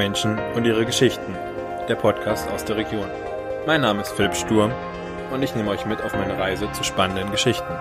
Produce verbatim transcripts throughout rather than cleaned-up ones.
Menschen und ihre Geschichten, der Podcast aus der Region. Mein Name ist Philipp Sturm und ich nehme euch mit auf meine Reise zu spannenden Geschichten.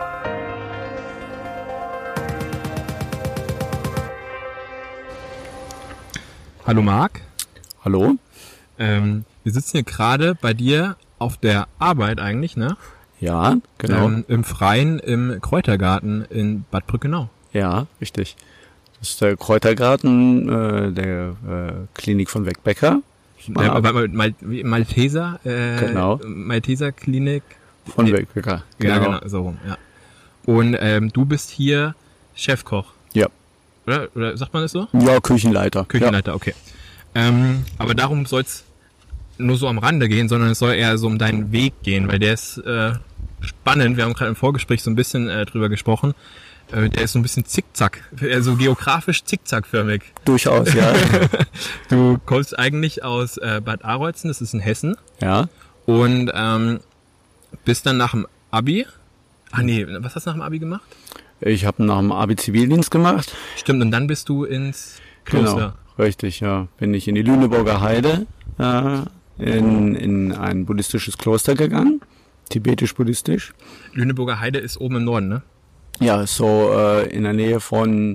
Hallo Marc. Hallo. Ähm, wir sitzen hier gerade bei dir auf der Arbeit eigentlich, ne? Ja, genau. Ähm, Im Freien, im Kräutergarten in Bad Brückenau. Ja, richtig. Das ist der Kräutergarten äh, der äh, Klinik von Wegbecker. Der, Mal, Mal, Malteser, äh, Genau. Malteser Klinik. Von Nee. Wegbecker. Genau. Ja, genau, so rum, ja. Und ähm, du bist hier Chefkoch, Ja. oder? Oder sagt man das so? Ja, Küchenleiter. Küchenleiter, okay. Ähm, aber darum soll es nur so am Rande gehen, sondern es soll eher so um deinen Weg gehen, weil der ist äh, spannend. Wir haben gerade im Vorgespräch so ein bisschen äh, drüber gesprochen. Äh, der ist so ein bisschen zickzack, also geografisch zickzackförmig. Ja. Durchaus, ja. Du kommst eigentlich aus äh, Bad Arolsen, das ist in Hessen, Ja. und ähm, bist dann nach dem Abi. Ah nee, was hast du nach dem Abi gemacht? Ich habe nach dem Abi Zivildienst gemacht. Stimmt, und dann bist du ins Kloster. Genau. Richtig, ja. Bin ich in die Lüneburger Heide äh, in, in ein buddhistisches Kloster gegangen. Tibetisch-buddhistisch. Lüneburger Heide ist oben im Norden, ne? Ja, so äh, in der Nähe von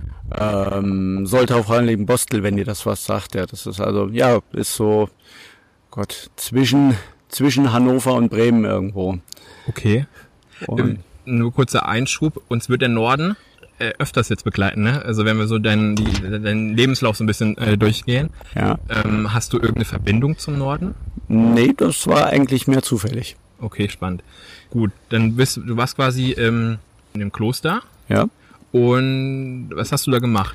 ähm, Soltau-Frauenleben-Bostel, wenn dir das was sagt. Ja, das ist also, ja, ist so, Gott, zwischen zwischen Hannover und Bremen irgendwo. Okay. Und, Ähm, nur kurzer Einschub, uns wird der Norden äh, öfters jetzt begleiten, ne? Also wenn wir so deinen die, deinen Lebenslauf so ein bisschen äh, durchgehen, ja. ähm, hast du irgendeine Verbindung zum Norden? Nee, das war eigentlich mehr zufällig. Okay, spannend. Gut, dann bist du warst quasi ähm, in dem Kloster. Ja. Und was hast du da gemacht?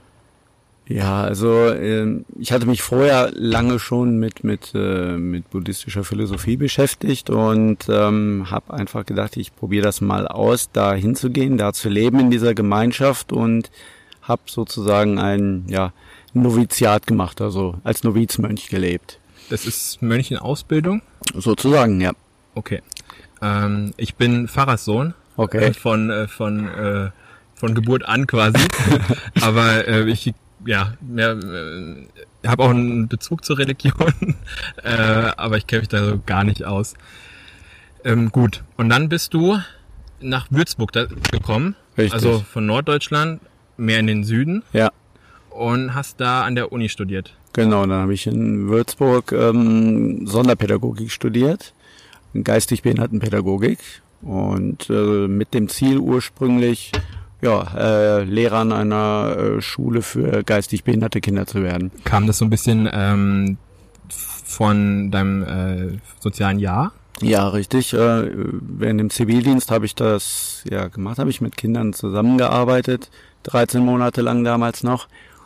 Ja, also ähm, ich hatte mich vorher lange schon mit mit äh, mit buddhistischer Philosophie beschäftigt und ähm, habe einfach gedacht, ich probiere das mal aus, da hinzugehen, da zu leben in dieser Gemeinschaft, und habe sozusagen ein ja Noviziat gemacht, also als Novizmönch gelebt. Das ist Mönch in Ausbildung? Sozusagen, ja. Okay. Ähm, ich bin Pfarrerssohn. Okay. Äh, von äh, von äh, von Geburt an quasi. Aber äh, ich ja, mehr, äh, habe auch einen Bezug zur Religion, äh, aber ich kenne mich da so gar nicht aus. Ähm, gut, und dann bist du nach Würzburg da gekommen, Richtig. Also von Norddeutschland mehr in den Süden, Ja. und hast da an der Uni studiert. Genau, dann habe ich in Würzburg ähm, Sonderpädagogik studiert, geistig Behindertenpädagogik, und äh, mit dem Ziel ursprünglich, ja, äh, Lehrer an einer äh, Schule für geistig behinderte Kinder zu werden. Kam das so ein bisschen ähm, von deinem äh, sozialen Jahr? Ja, richtig. Äh, während dem Zivildienst habe ich das ja gemacht, habe ich mit Kindern zusammengearbeitet, dreizehn Monate lang damals noch.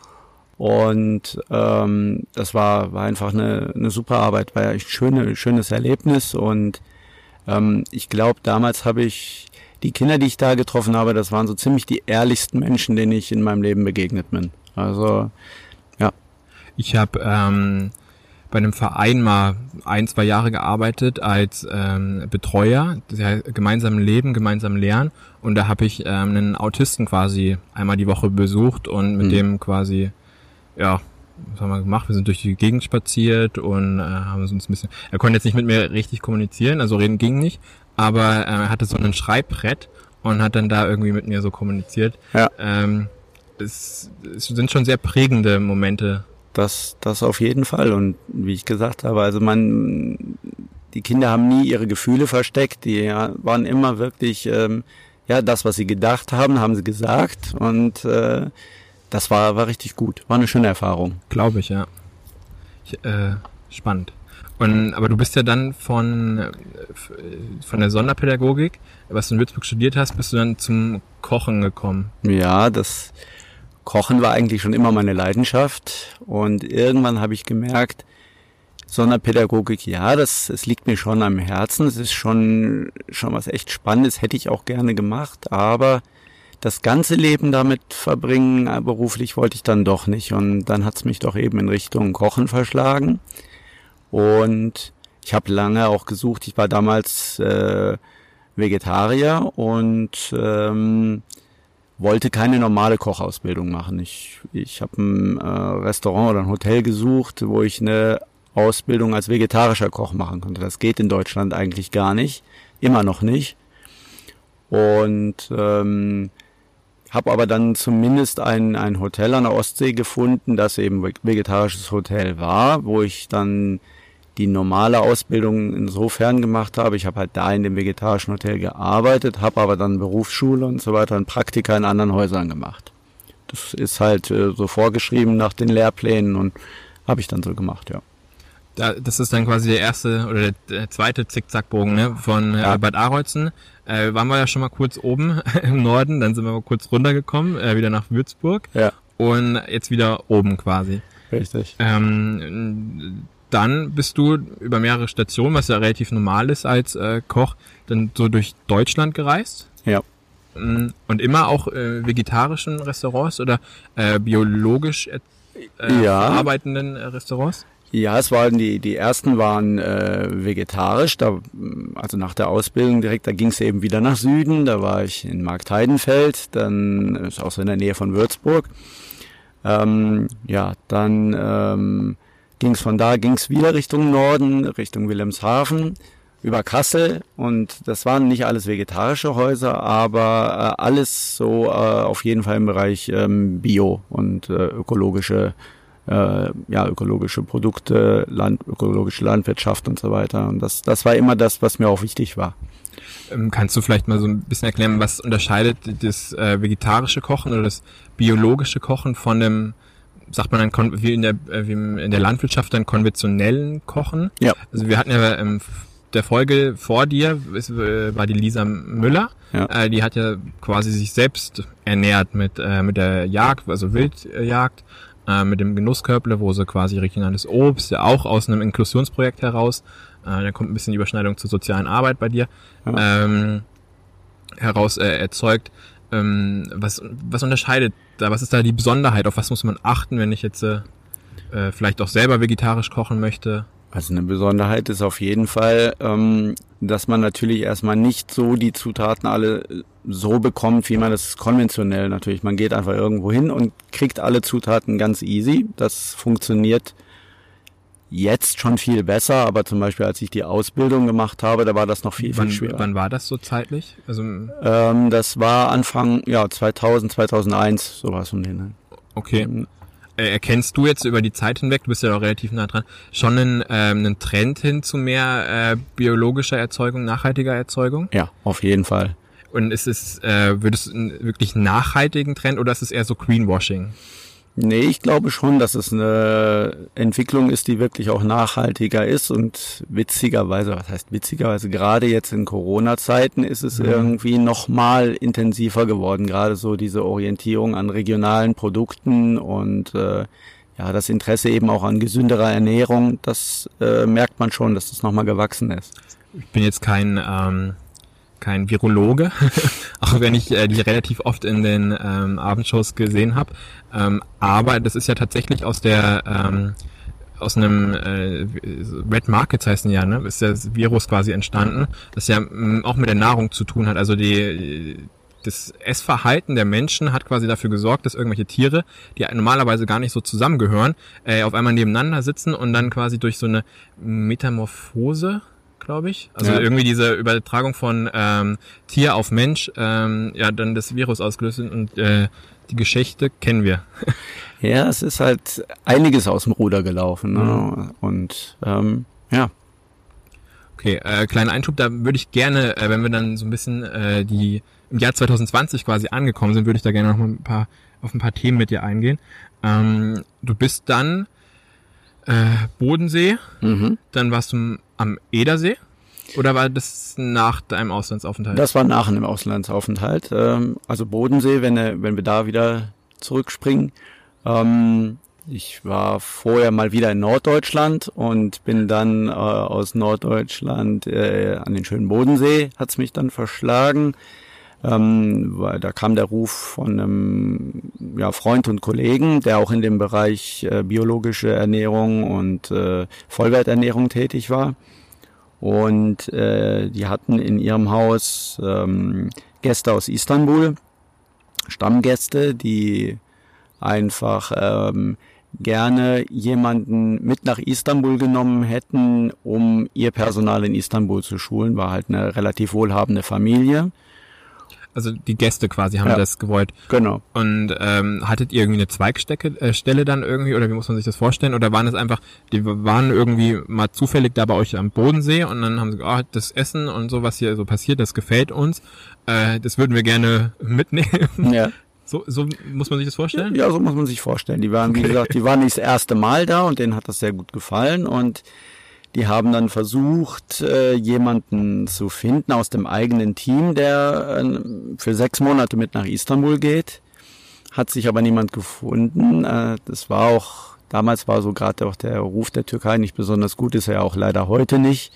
Und ähm, das war war einfach eine eine super Arbeit, war ja ein schöne, schönes Erlebnis, und ähm, ich glaube, damals habe ich die Kinder, die ich da getroffen habe, das waren so ziemlich die ehrlichsten Menschen, denen ich in meinem Leben begegnet bin. Also, ja. Ich habe ähm, bei einem Verein mal ein, zwei Jahre gearbeitet als ähm, Betreuer, das heißt, gemeinsam leben, gemeinsam lernen, und da habe ich ähm, einen Autisten quasi einmal die Woche besucht und mit Mhm. dem quasi, ja, was haben wir gemacht? Wir sind durch die Gegend spaziert und äh, haben uns ein bisschen, er konnte jetzt nicht mit mir richtig kommunizieren, also reden ging nicht, aber äh, er hatte so ein Schreibbrett und hat dann da irgendwie mit mir so kommuniziert. Ja. Ähm, es, es sind schon sehr prägende Momente. Das, das auf jeden Fall. Und wie ich gesagt habe, also man, die Kinder haben nie ihre Gefühle versteckt. Die waren immer wirklich, ähm, ja, das, was sie gedacht haben, haben sie gesagt. Und äh, das war, war richtig gut. War eine schöne Erfahrung. Glaube ich, ja. Ich, äh, spannend. Und, aber du bist ja dann von, äh, von der Sonderpädagogik, was du in Würzburg studiert hast, bist du dann zum Kochen gekommen. Ja, das Kochen war eigentlich schon immer meine Leidenschaft. Und irgendwann habe ich gemerkt, Sonderpädagogik, ja, das, es liegt mir schon am Herzen. Es ist schon, schon was echt Spannendes, hätte ich auch gerne gemacht. Aber das ganze Leben damit verbringen, äh, beruflich wollte ich dann doch nicht. Und dann hat's mich doch eben in Richtung Kochen verschlagen. Und ich habe lange auch gesucht. Ich war damals äh, Vegetarier und ähm, wollte keine normale Kochausbildung machen. Ich, ich habe ein äh, Restaurant oder ein Hotel gesucht, wo ich eine Ausbildung als vegetarischer Koch machen konnte. Das geht in Deutschland eigentlich gar nicht, immer noch nicht. Und ähm, habe aber dann zumindest ein, ein Hotel an der Ostsee gefunden, das eben vegetarisches Hotel war, wo ich dann die normale Ausbildung insofern gemacht habe. Ich habe halt da in dem vegetarischen Hotel gearbeitet, habe aber dann Berufsschule und so weiter und Praktika in anderen Häusern gemacht. Das ist halt äh, so vorgeschrieben nach den Lehrplänen und habe ich dann so gemacht, ja. Da, das ist dann quasi der erste oder der, der zweite Zickzackbogen, ne, von Ja. äh, Bad Arolsen. Äh, waren wir ja schon mal kurz oben im Norden, dann sind wir mal kurz runtergekommen, äh, wieder nach Würzburg Ja, und jetzt wieder oben quasi. richtig. Ähm, dann bist du über mehrere Stationen, was ja relativ normal ist als äh, Koch, dann so durch Deutschland gereist. Ja. Mm, Und immer auch äh, vegetarischen Restaurants oder äh, biologisch äh, Ja. verarbeitenden äh, Restaurants? Ja, es waren die die ersten waren äh, vegetarisch, da also nach der Ausbildung direkt, da ging es eben wieder nach Süden, da war ich in Marktheidenfeld, dann ist auch so in der Nähe von Würzburg. Ähm, ja, dann ähm, ging es von da ging's wieder Richtung Norden, Richtung Wilhelmshaven, über Kassel und das waren nicht alles vegetarische Häuser, aber äh, alles so äh, auf jeden Fall im Bereich ähm, Bio und äh, ökologische äh, ja, ökologische Produkte, Land, ökologische Landwirtschaft und so weiter. Und das, das war immer das, was mir auch wichtig war. Ähm, kannst du vielleicht mal so ein bisschen erklären, was unterscheidet das äh, vegetarische Kochen oder das biologische Kochen von dem, sagt man dann wie in der, äh, wie in der Landwirtschaft, dann konventionellen Kochen? Ja. Also wir hatten ja ähm, der Folge vor dir, ist, äh, war die Lisa Müller. Ja. Äh, die hat ja quasi sich selbst ernährt mit, äh, mit der Jagd, also Wildjagd. Äh, mit dem Genusskörble, wo sie quasi regionales Obst, ja auch aus einem Inklusionsprojekt heraus, äh, da kommt ein bisschen Überschneidung zur sozialen Arbeit bei dir, Ja. ähm, heraus äh, erzeugt. Ähm, was, was unterscheidet da, was ist da die Besonderheit, auf was muss man achten, wenn ich jetzt äh, äh, vielleicht auch selber vegetarisch kochen möchte? Also eine Besonderheit ist auf jeden Fall, ähm, dass man natürlich erstmal nicht so die Zutaten alle so bekommt, wie man das konventionell natürlich. Man geht einfach irgendwo hin und kriegt alle Zutaten ganz easy. Das funktioniert jetzt schon viel besser, aber zum Beispiel als ich die Ausbildung gemacht habe, da war das noch viel, wann, viel schwerer. Wann war das so zeitlich? Also Ähm, das war Anfang, ja, zweitausend, zweitausendeins, sowas um den. okay. Äh, Erkennst du jetzt über die Zeit hinweg, du bist ja auch relativ nah dran, schon einen, ähm, einen Trend hin zu mehr äh, biologischer Erzeugung, nachhaltiger Erzeugung? Ja, auf jeden Fall. Und ist es, äh, würdest du einen wirklich nachhaltigen Trend oder ist es eher so Greenwashing? Nee, ich glaube schon, dass es eine Entwicklung ist, die wirklich auch nachhaltiger ist und witzigerweise, was heißt witzigerweise, gerade jetzt in Corona-Zeiten ist es Mhm. irgendwie noch mal intensiver geworden, gerade so diese Orientierung an regionalen Produkten und äh, ja, das Interesse eben auch an gesünderer Ernährung, das äh, merkt man schon, dass das nochmal gewachsen ist. Ich bin jetzt kein ähm, kein Virologe, auch wenn ich äh, die relativ oft in den ähm, Abendshows gesehen habe. Ähm, aber das ist ja tatsächlich aus der ähm, aus einem äh, Red Markets heißen ja, ne, ist das Virus quasi entstanden, das ja mh, auch mit der Nahrung zu tun hat. Also die das Essverhalten der Menschen hat quasi dafür gesorgt, dass irgendwelche Tiere, die normalerweise gar nicht so zusammengehören, äh, auf einmal nebeneinander sitzen und dann quasi durch so eine Metamorphose, glaube ich, also Ja. irgendwie diese Übertragung von ähm, Tier auf Mensch, ähm, ja, dann das Virus ausgelöst sind und äh, die Geschichte kennen wir. Ja, es ist halt einiges aus dem Ruder gelaufen, ne? Mhm. Und ähm, ja. Okay, äh, kleiner Einschub, da würde ich gerne, äh, wenn wir dann so ein bisschen äh, die im Jahr zwanzig zwanzig quasi angekommen sind, würde ich da gerne noch mal ein paar auf ein paar Themen mit dir eingehen. Ähm, du bist dann äh, Bodensee, Mhm. dann warst du am Edersee oder war das nach deinem Auslandsaufenthalt? Das war nach einem Auslandsaufenthalt. Ähm, also Bodensee, wenn, äh, wenn wir da wieder zurückspringen. Ähm, ich war vorher mal wieder in Norddeutschland und bin dann äh, aus Norddeutschland äh, an den schönen Bodensee, hat's mich dann verschlagen. Ähm, weil da kam der Ruf von einem ja, Freund und Kollegen, der auch in dem Bereich äh, biologische Ernährung und äh, Vollwerternährung tätig war. Und äh, die hatten in ihrem Haus ähm, Gäste aus Istanbul. Stammgäste, die einfach ähm, gerne jemanden mit nach Istanbul genommen hätten, um ihr Personal in Istanbul zu schulen. War halt eine relativ wohlhabende Familie. Also die Gäste quasi haben Ja. das gewollt. Genau. Und ähm, hattet ihr irgendwie eine Zweigstelle äh, Stelle dann irgendwie, oder wie muss man sich das vorstellen? Oder waren es einfach, die waren irgendwie mal zufällig da bei euch am Bodensee und dann haben sie gesagt, oh, das Essen und so, was hier so passiert, das gefällt uns. Äh, das würden wir gerne mitnehmen. Ja. So, so muss man sich das vorstellen? Ja, so muss man sich vorstellen. Die waren, wie Okay. gesagt, die waren nicht das erste Mal da und denen hat das sehr gut gefallen und die haben dann versucht, äh, jemanden zu finden aus dem eigenen Team, der äh, für sechs Monate mit nach Istanbul geht. Hat sich aber niemand gefunden. Äh, das war auch, damals war so gerade auch der Ruf der Türkei nicht besonders gut, ist er ja auch leider heute nicht.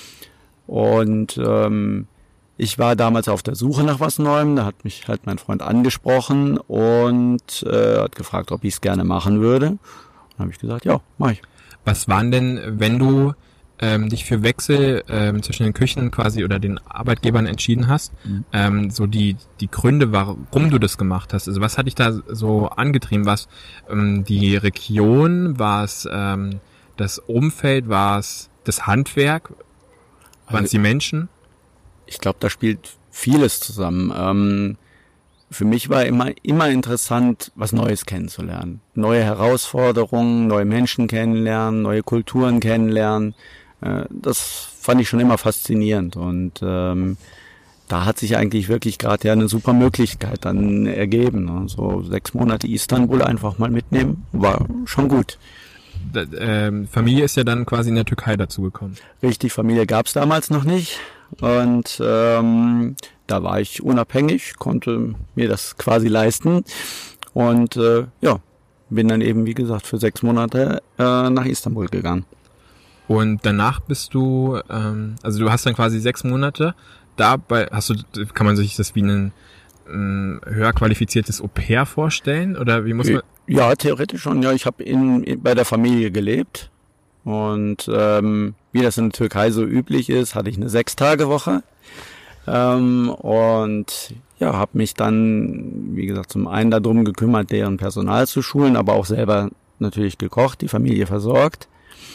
Und ähm, ich war damals auf der Suche nach was Neuem, da hat mich halt mein Freund angesprochen und äh, hat gefragt, ob ich es gerne machen würde. Und dann habe ich gesagt, ja, mach ich. Was waren denn, wenn du ähm, dich für Wechsel ähm, zwischen den Küchen quasi oder den Arbeitgebern entschieden hast, Mhm. ähm, so die die Gründe, warum du das gemacht hast? Also was hat dich da so angetrieben? War es ähm, die Region? War es ähm, das Umfeld? War es das Handwerk? Waren es die Menschen? Ich glaube, da spielt vieles zusammen. Ähm, für mich war immer immer interessant, was Neues kennenzulernen. Neue Herausforderungen, neue Menschen kennenlernen, neue Kulturen kennenlernen. Äh, das fand ich schon immer faszinierend. Und ähm, da hat sich eigentlich wirklich gerade ja eine super Möglichkeit dann ergeben. Ne? So sechs Monate Istanbul einfach mal mitnehmen, war schon gut. Da, ähm, Familie ist ja dann quasi in der Türkei dazugekommen. Richtig, Familie gab's damals noch nicht. Und ähm, da war ich unabhängig, konnte mir das quasi leisten. Und äh, ja, bin dann eben, wie gesagt, für sechs Monate äh, nach Istanbul gegangen. Und danach bist du, ähm, also du hast dann quasi sechs Monate dabei, hast du, kann man sich das wie ein ähm, höher qualifiziertes Au-pair vorstellen? Oder wie muss man? Ja, theoretisch schon. Ja, ich habe in, in bei der Familie gelebt. Und ähm, wie das in der Türkei so üblich ist, hatte ich eine Sechstagewoche. Ähm, und ja, habe mich dann, wie gesagt, zum einen darum gekümmert, deren Personal zu schulen, aber auch selber natürlich gekocht, die Familie versorgt.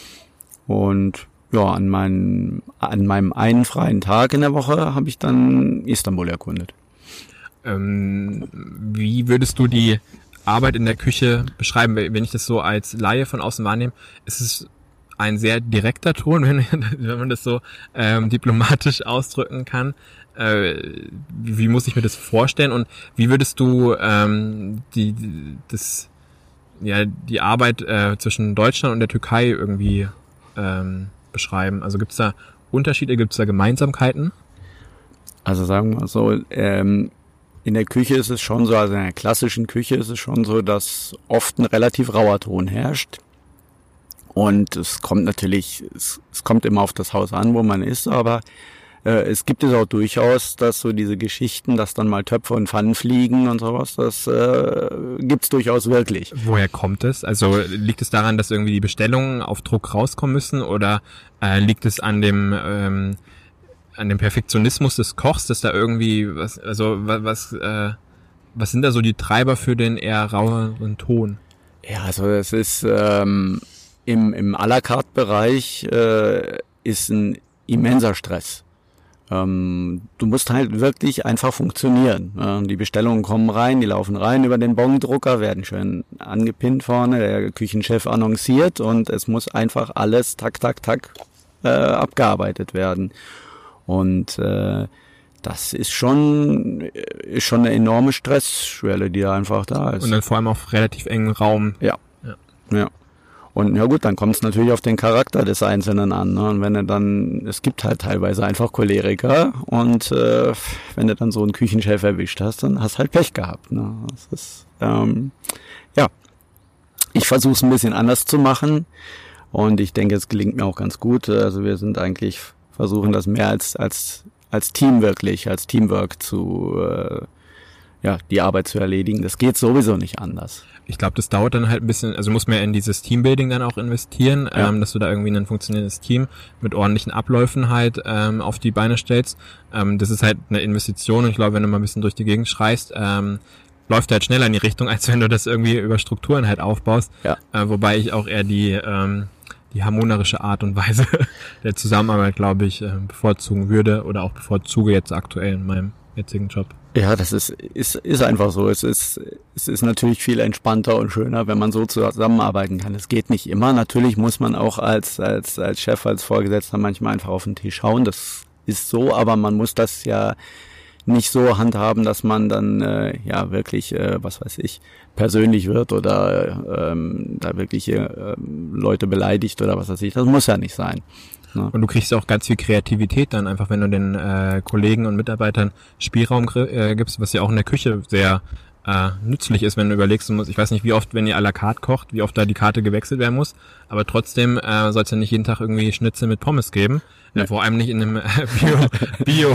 Und ja, an, meinen, an meinem einen freien Tag in der Woche habe ich dann Istanbul erkundet. Ähm, wie würdest du die Arbeit in der Küche beschreiben, wenn ich das so als Laie von außen wahrnehme? Ist es ein sehr direkter Ton, wenn, wenn man das so ähm, diplomatisch ausdrücken kann. Äh, wie, wie muss ich mir das vorstellen und wie würdest du ähm, die, die das ja die Arbeit äh, zwischen Deutschland und der Türkei irgendwie ähm, beschreiben? Also gibt es da Unterschiede, gibt es da Gemeinsamkeiten? Also sagen wir so, ähm, in der Küche ist es schon so, also in der klassischen Küche ist es schon so, dass oft ein relativ rauer Ton herrscht. Und es kommt natürlich, es, es kommt immer auf das Haus an, wo man ist, aber äh, es gibt es auch durchaus, dass so diese Geschichten, dass dann mal Töpfe und Pfannen fliegen und sowas, das äh, gibt's durchaus wirklich. Woher kommt es? Also liegt es daran, dass irgendwie die Bestellungen auf Druck rauskommen müssen oder äh, liegt es an dem ähm, an dem Perfektionismus des Kochs, dass da irgendwie was, also was, was, äh, was sind da so die Treiber für den eher raueren Ton? Ja, also es ist ähm, im im à la carte Bereich äh, ist ein immenser Stress. Ähm, du musst halt wirklich einfach funktionieren. Äh, die Bestellungen kommen rein, die laufen rein über den Bongdrucker, werden schön angepinnt vorne, der Küchenchef annonciert und es muss einfach alles tak tak tak äh, abgearbeitet werden. Und äh, das ist schon ist schon eine enorme Stressschwelle, die da einfach da ist. Und dann vor allem auf relativ engen Raum. Ja. Ja. Ja. Und ja gut, dann kommt es natürlich auf den Charakter des Einzelnen an. Ne? Und wenn er dann, es gibt halt teilweise einfach Choleriker und äh, wenn du dann so einen Küchenchef erwischt hast, dann hast halt Pech gehabt. Ne? Das ist, ähm, ja, ich versuche es ein bisschen anders zu machen und ich denke, es gelingt mir auch ganz gut. Also wir sind eigentlich, versuchen das mehr als als als Team wirklich, als Teamwork zu, äh, ja, die Arbeit zu erledigen. Das geht sowieso nicht anders. Ich glaube, das dauert dann halt ein bisschen, also muss man ja in dieses Teambuilding dann auch investieren, Ja. ähm, dass du da irgendwie ein funktionierendes Team mit ordentlichen Abläufen halt ähm, auf die Beine stellst. Ähm, das ist halt eine Investition und ich glaube, wenn du mal ein bisschen durch die Gegend schreist, ähm, läuft halt schneller in die Richtung, als wenn du das irgendwie über Strukturen halt aufbaust. Ja. Äh, wobei ich auch eher die ähm, die harmonische Art und Weise der Zusammenarbeit, glaube ich, äh, bevorzugen würde oder auch bevorzuge jetzt aktuell in meinem jetzigen Job. Ja, das ist, ist, ist einfach so. Es ist, es ist natürlich viel entspannter und schöner, wenn man so zusammenarbeiten kann. Es geht nicht immer. Natürlich muss man auch als, als, als Chef, als Vorgesetzter manchmal einfach auf den Tisch schauen. Das ist so, aber man muss das ja nicht so handhaben, dass man dann, äh, ja, wirklich, äh, was weiß ich, persönlich wird oder ähm, da wirklich äh, Leute beleidigt oder was weiß ich. Das muss ja nicht sein. Ja. Und du kriegst auch ganz viel Kreativität dann einfach, wenn du den äh, Kollegen und Mitarbeitern Spielraum äh, gibst, was ja auch in der Küche sehr äh, nützlich ist, wenn du überlegst, du musst, ich weiß nicht, wie oft, wenn ihr à la carte kocht, wie oft da die Karte gewechselt werden muss, aber trotzdem äh, soll es ja nicht jeden Tag irgendwie Schnitzel mit Pommes geben, ja. äh, vor allem nicht in einem äh, Bio, Bio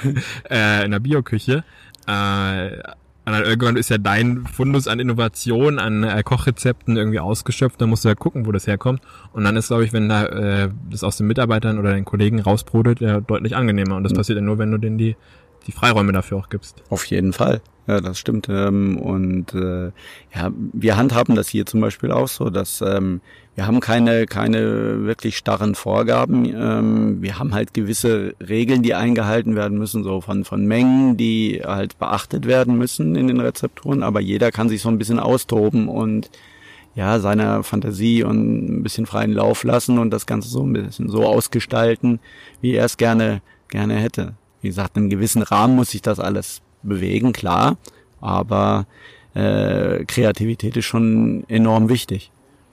äh, in der Bio-Küche. Äh, Und dann irgendwann ist ja dein Fundus an Innovation, an äh, Kochrezepten irgendwie ausgeschöpft. Dann musst du ja gucken, wo das herkommt. Und dann ist, glaube ich, wenn da äh, das aus den Mitarbeitern oder den Kollegen rausbrodelt, ja deutlich angenehmer. Und das mhm. passiert ja nur, wenn du denen die die Freiräume dafür auch gibst. Auf jeden Fall. Ja, das stimmt. Ähm, und äh, ja, wir handhaben das hier zum Beispiel auch so, dass ähm, wir haben keine keine wirklich starren Vorgaben. Ähm, wir haben halt gewisse Regeln, die eingehalten werden müssen, so von von Mengen, die halt beachtet werden müssen in den Rezepturen. Aber jeder kann sich so ein bisschen austoben und ja seiner Fantasie und ein bisschen freien Lauf lassen und das Ganze so ein bisschen so ausgestalten, wie er es gerne gerne hätte. Wie gesagt, in einem gewissen Rahmen muss sich das alles bewegen, klar, aber äh, Kreativität ist schon enorm wichtig.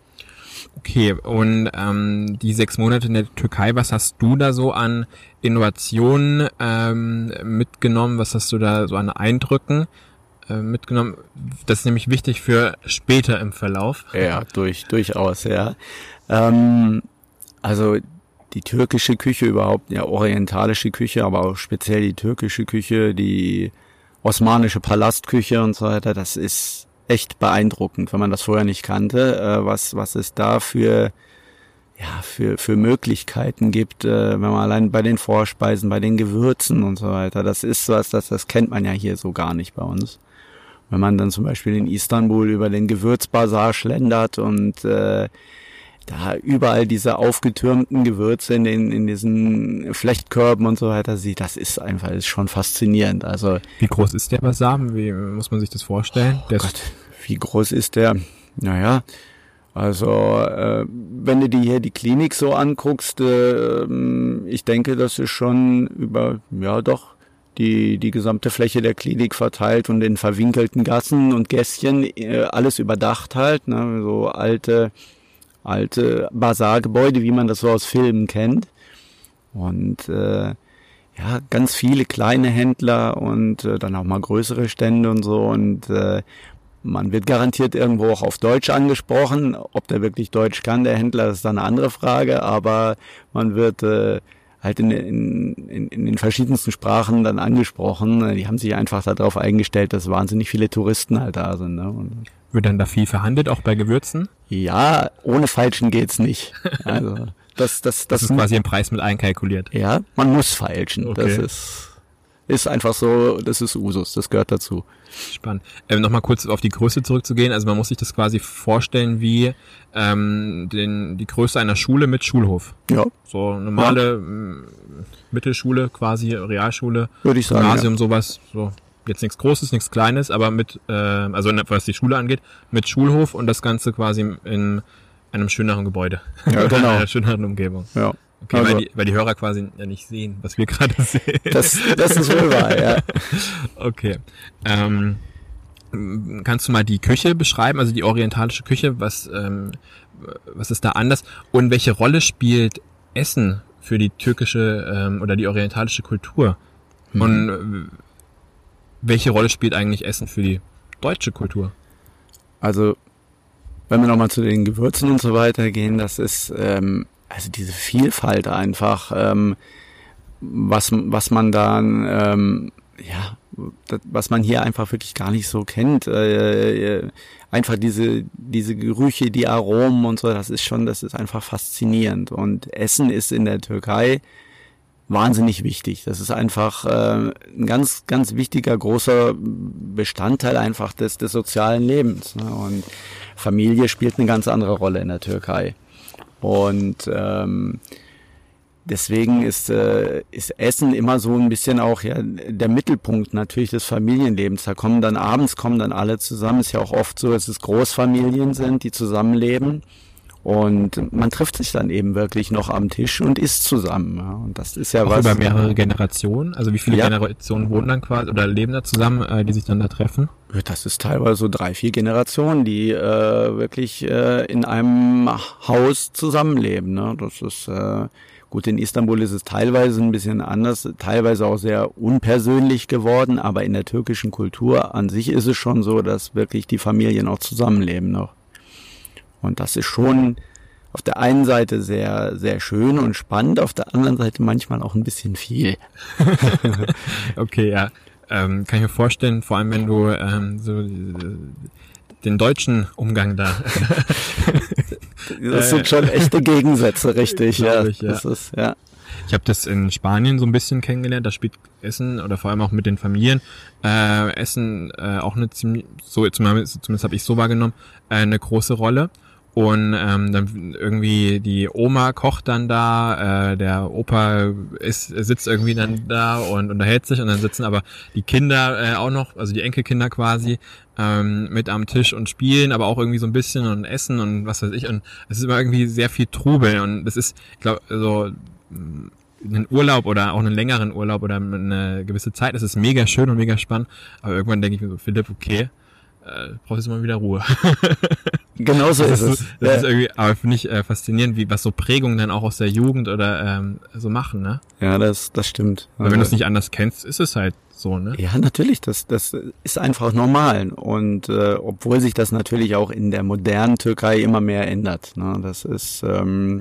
Okay, und ähm, die sechs Monate in der Türkei, was hast du da so an Innovationen ähm, mitgenommen? Was hast du da so an Eindrücken äh, mitgenommen? Das ist nämlich wichtig für später im Verlauf. Ja, durch, durchaus, ja. Ähm, also die türkische Küche überhaupt, ja, orientalische Küche, aber auch speziell die türkische Küche, die osmanische Palastküche und so weiter, das ist echt beeindruckend, wenn man das vorher nicht kannte, äh, was was es da für ja für für Möglichkeiten gibt, äh, wenn man allein bei den Vorspeisen, bei den Gewürzen und so weiter, das ist was, das das kennt man ja hier so gar nicht bei uns. Wenn man dann zum Beispiel in Istanbul über den Gewürzbazar schlendert und äh, da überall diese aufgetürmten Gewürze in den in diesen Flechtkörben und so weiter sieht, das ist einfach, ist schon faszinierend. Also wie groß ist der Basar? Wie muss man sich das vorstellen? Oh Gott, wie groß ist der? Naja, also äh, wenn du dir hier die Klinik so anguckst, äh, ich denke, das ist schon über, ja doch, die die gesamte Fläche der Klinik verteilt und in verwinkelten Gassen und Gässchen äh, alles überdacht halt, ne, so alte alte Basargebäude, wie man das so aus Filmen kennt. Und äh, ja, ganz viele kleine Händler und äh, dann auch mal größere Stände und so. Und äh, man wird garantiert irgendwo auch auf Deutsch angesprochen. Ob der wirklich Deutsch kann, der Händler, das ist dann eine andere Frage. Aber man wird äh, halt in, in, in, in den verschiedensten Sprachen dann angesprochen. Die haben sich einfach darauf eingestellt, dass wahnsinnig viele Touristen halt da sind. Ne? Und wird dann da viel verhandelt, auch bei Gewürzen? Ja, ohne Feilschen geht's nicht. Also das, das, das, das ist quasi im Preis mit einkalkuliert. Ja, man muss feilschen. Okay. Das ist, ist einfach so, das ist Usus, das gehört dazu. Spannend. Ähm, Nochmal kurz auf die Größe zurückzugehen. Also man muss sich das quasi vorstellen wie ähm, den, die Größe einer Schule mit Schulhof. Ja. So normale ja. Mittelschule, quasi Realschule, würde ich sagen, Gymnasium, ja. sowas. So jetzt nichts Großes, nichts Kleines, aber mit, äh, also was die Schule angeht, mit Schulhof und das Ganze quasi in einem schöneren Gebäude. Ja, genau. In einer schöneren Umgebung. Ja. Okay, also, weil, die, weil die Hörer quasi ja nicht sehen, was wir gerade sehen. Das, das ist wohl wahr, ja. Okay. Ähm, kannst du mal die Küche beschreiben, also die orientalische Küche, was, ähm, was ist da anders und welche Rolle spielt Essen für die türkische ähm, oder die orientalische Kultur? Mhm. Und äh, welche Rolle spielt eigentlich Essen für die deutsche Kultur? Also, wenn wir nochmal zu den Gewürzen und so weiter gehen, das ist ähm, also diese Vielfalt einfach, ähm, was was man dann ähm, ja, das, was man hier einfach wirklich gar nicht so kennt. Äh, einfach diese diese Gerüche, die Aromen und so, das ist schon, das ist einfach faszinierend. Und Essen ist in der Türkei wahnsinnig wichtig. Das ist einfach äh, ein ganz, ganz wichtiger, großer Bestandteil einfach des, des sozialen Lebens. Ne? Und Familie spielt eine ganz andere Rolle in der Türkei. Und ähm, deswegen ist, äh, ist Essen immer so ein bisschen auch ja der Mittelpunkt natürlich des Familienlebens. Da kommen dann abends, kommen dann alle zusammen. Ist ja auch oft so, dass es Großfamilien sind, die zusammenleben. Und man trifft sich dann eben wirklich noch am Tisch und isst zusammen. Ja. Und das ist ja auch was. Über mehrere Generationen? Also wie viele ja. Generationen wohnen dann quasi oder leben da zusammen, äh, die sich dann da treffen? Das ist teilweise so drei, vier Generationen, die äh, wirklich äh, in einem Haus zusammenleben. Ne? Das ist äh, gut. In Istanbul ist es teilweise ein bisschen anders, teilweise auch sehr unpersönlich geworden. Aber in der türkischen Kultur an sich ist es schon so, dass wirklich die Familien auch zusammenleben noch. Und das ist schon auf der einen Seite sehr, sehr schön und spannend, auf der anderen Seite manchmal auch ein bisschen viel. Okay, ja. Ähm, kann ich mir vorstellen, vor allem wenn du ähm, so äh, den deutschen Umgang da. Das sind schon echte Gegensätze, richtig, ja. Ich, ja. Das ist, ja. Ich habe das in Spanien so ein bisschen kennengelernt, da spielt Essen oder vor allem auch mit den Familien äh, Essen äh, auch eine ziemlich, so zumindest, zumindest habe ich so wahrgenommen, äh, eine große Rolle. Und ähm, dann irgendwie die Oma kocht dann da, äh, der Opa ist, sitzt irgendwie dann da und unterhält sich und dann sitzen aber die Kinder äh, auch noch, also die Enkelkinder quasi, ähm, mit am Tisch und spielen, aber auch irgendwie so ein bisschen und essen und was weiß ich. Und es ist immer irgendwie sehr viel Trubel und das ist, ich glaube, so einen Urlaub oder auch einen längeren Urlaub oder eine gewisse Zeit, das ist mega schön und mega spannend, aber irgendwann denke ich mir so, Philipp, okay, äh, brauchst jetzt mal wieder Ruhe. Genau so ist es. Das ja. ist irgendwie, aber finde ich äh, faszinierend, wie was so Prägungen dann auch aus der Jugend oder ähm, so machen, ne? Ja, das das stimmt. Weil wenn du es nicht anders kennst, ist es halt so, ne? Ja, natürlich, das das ist einfach normal und äh, obwohl sich das natürlich auch in der modernen Türkei immer mehr ändert, ne? Das ist ähm,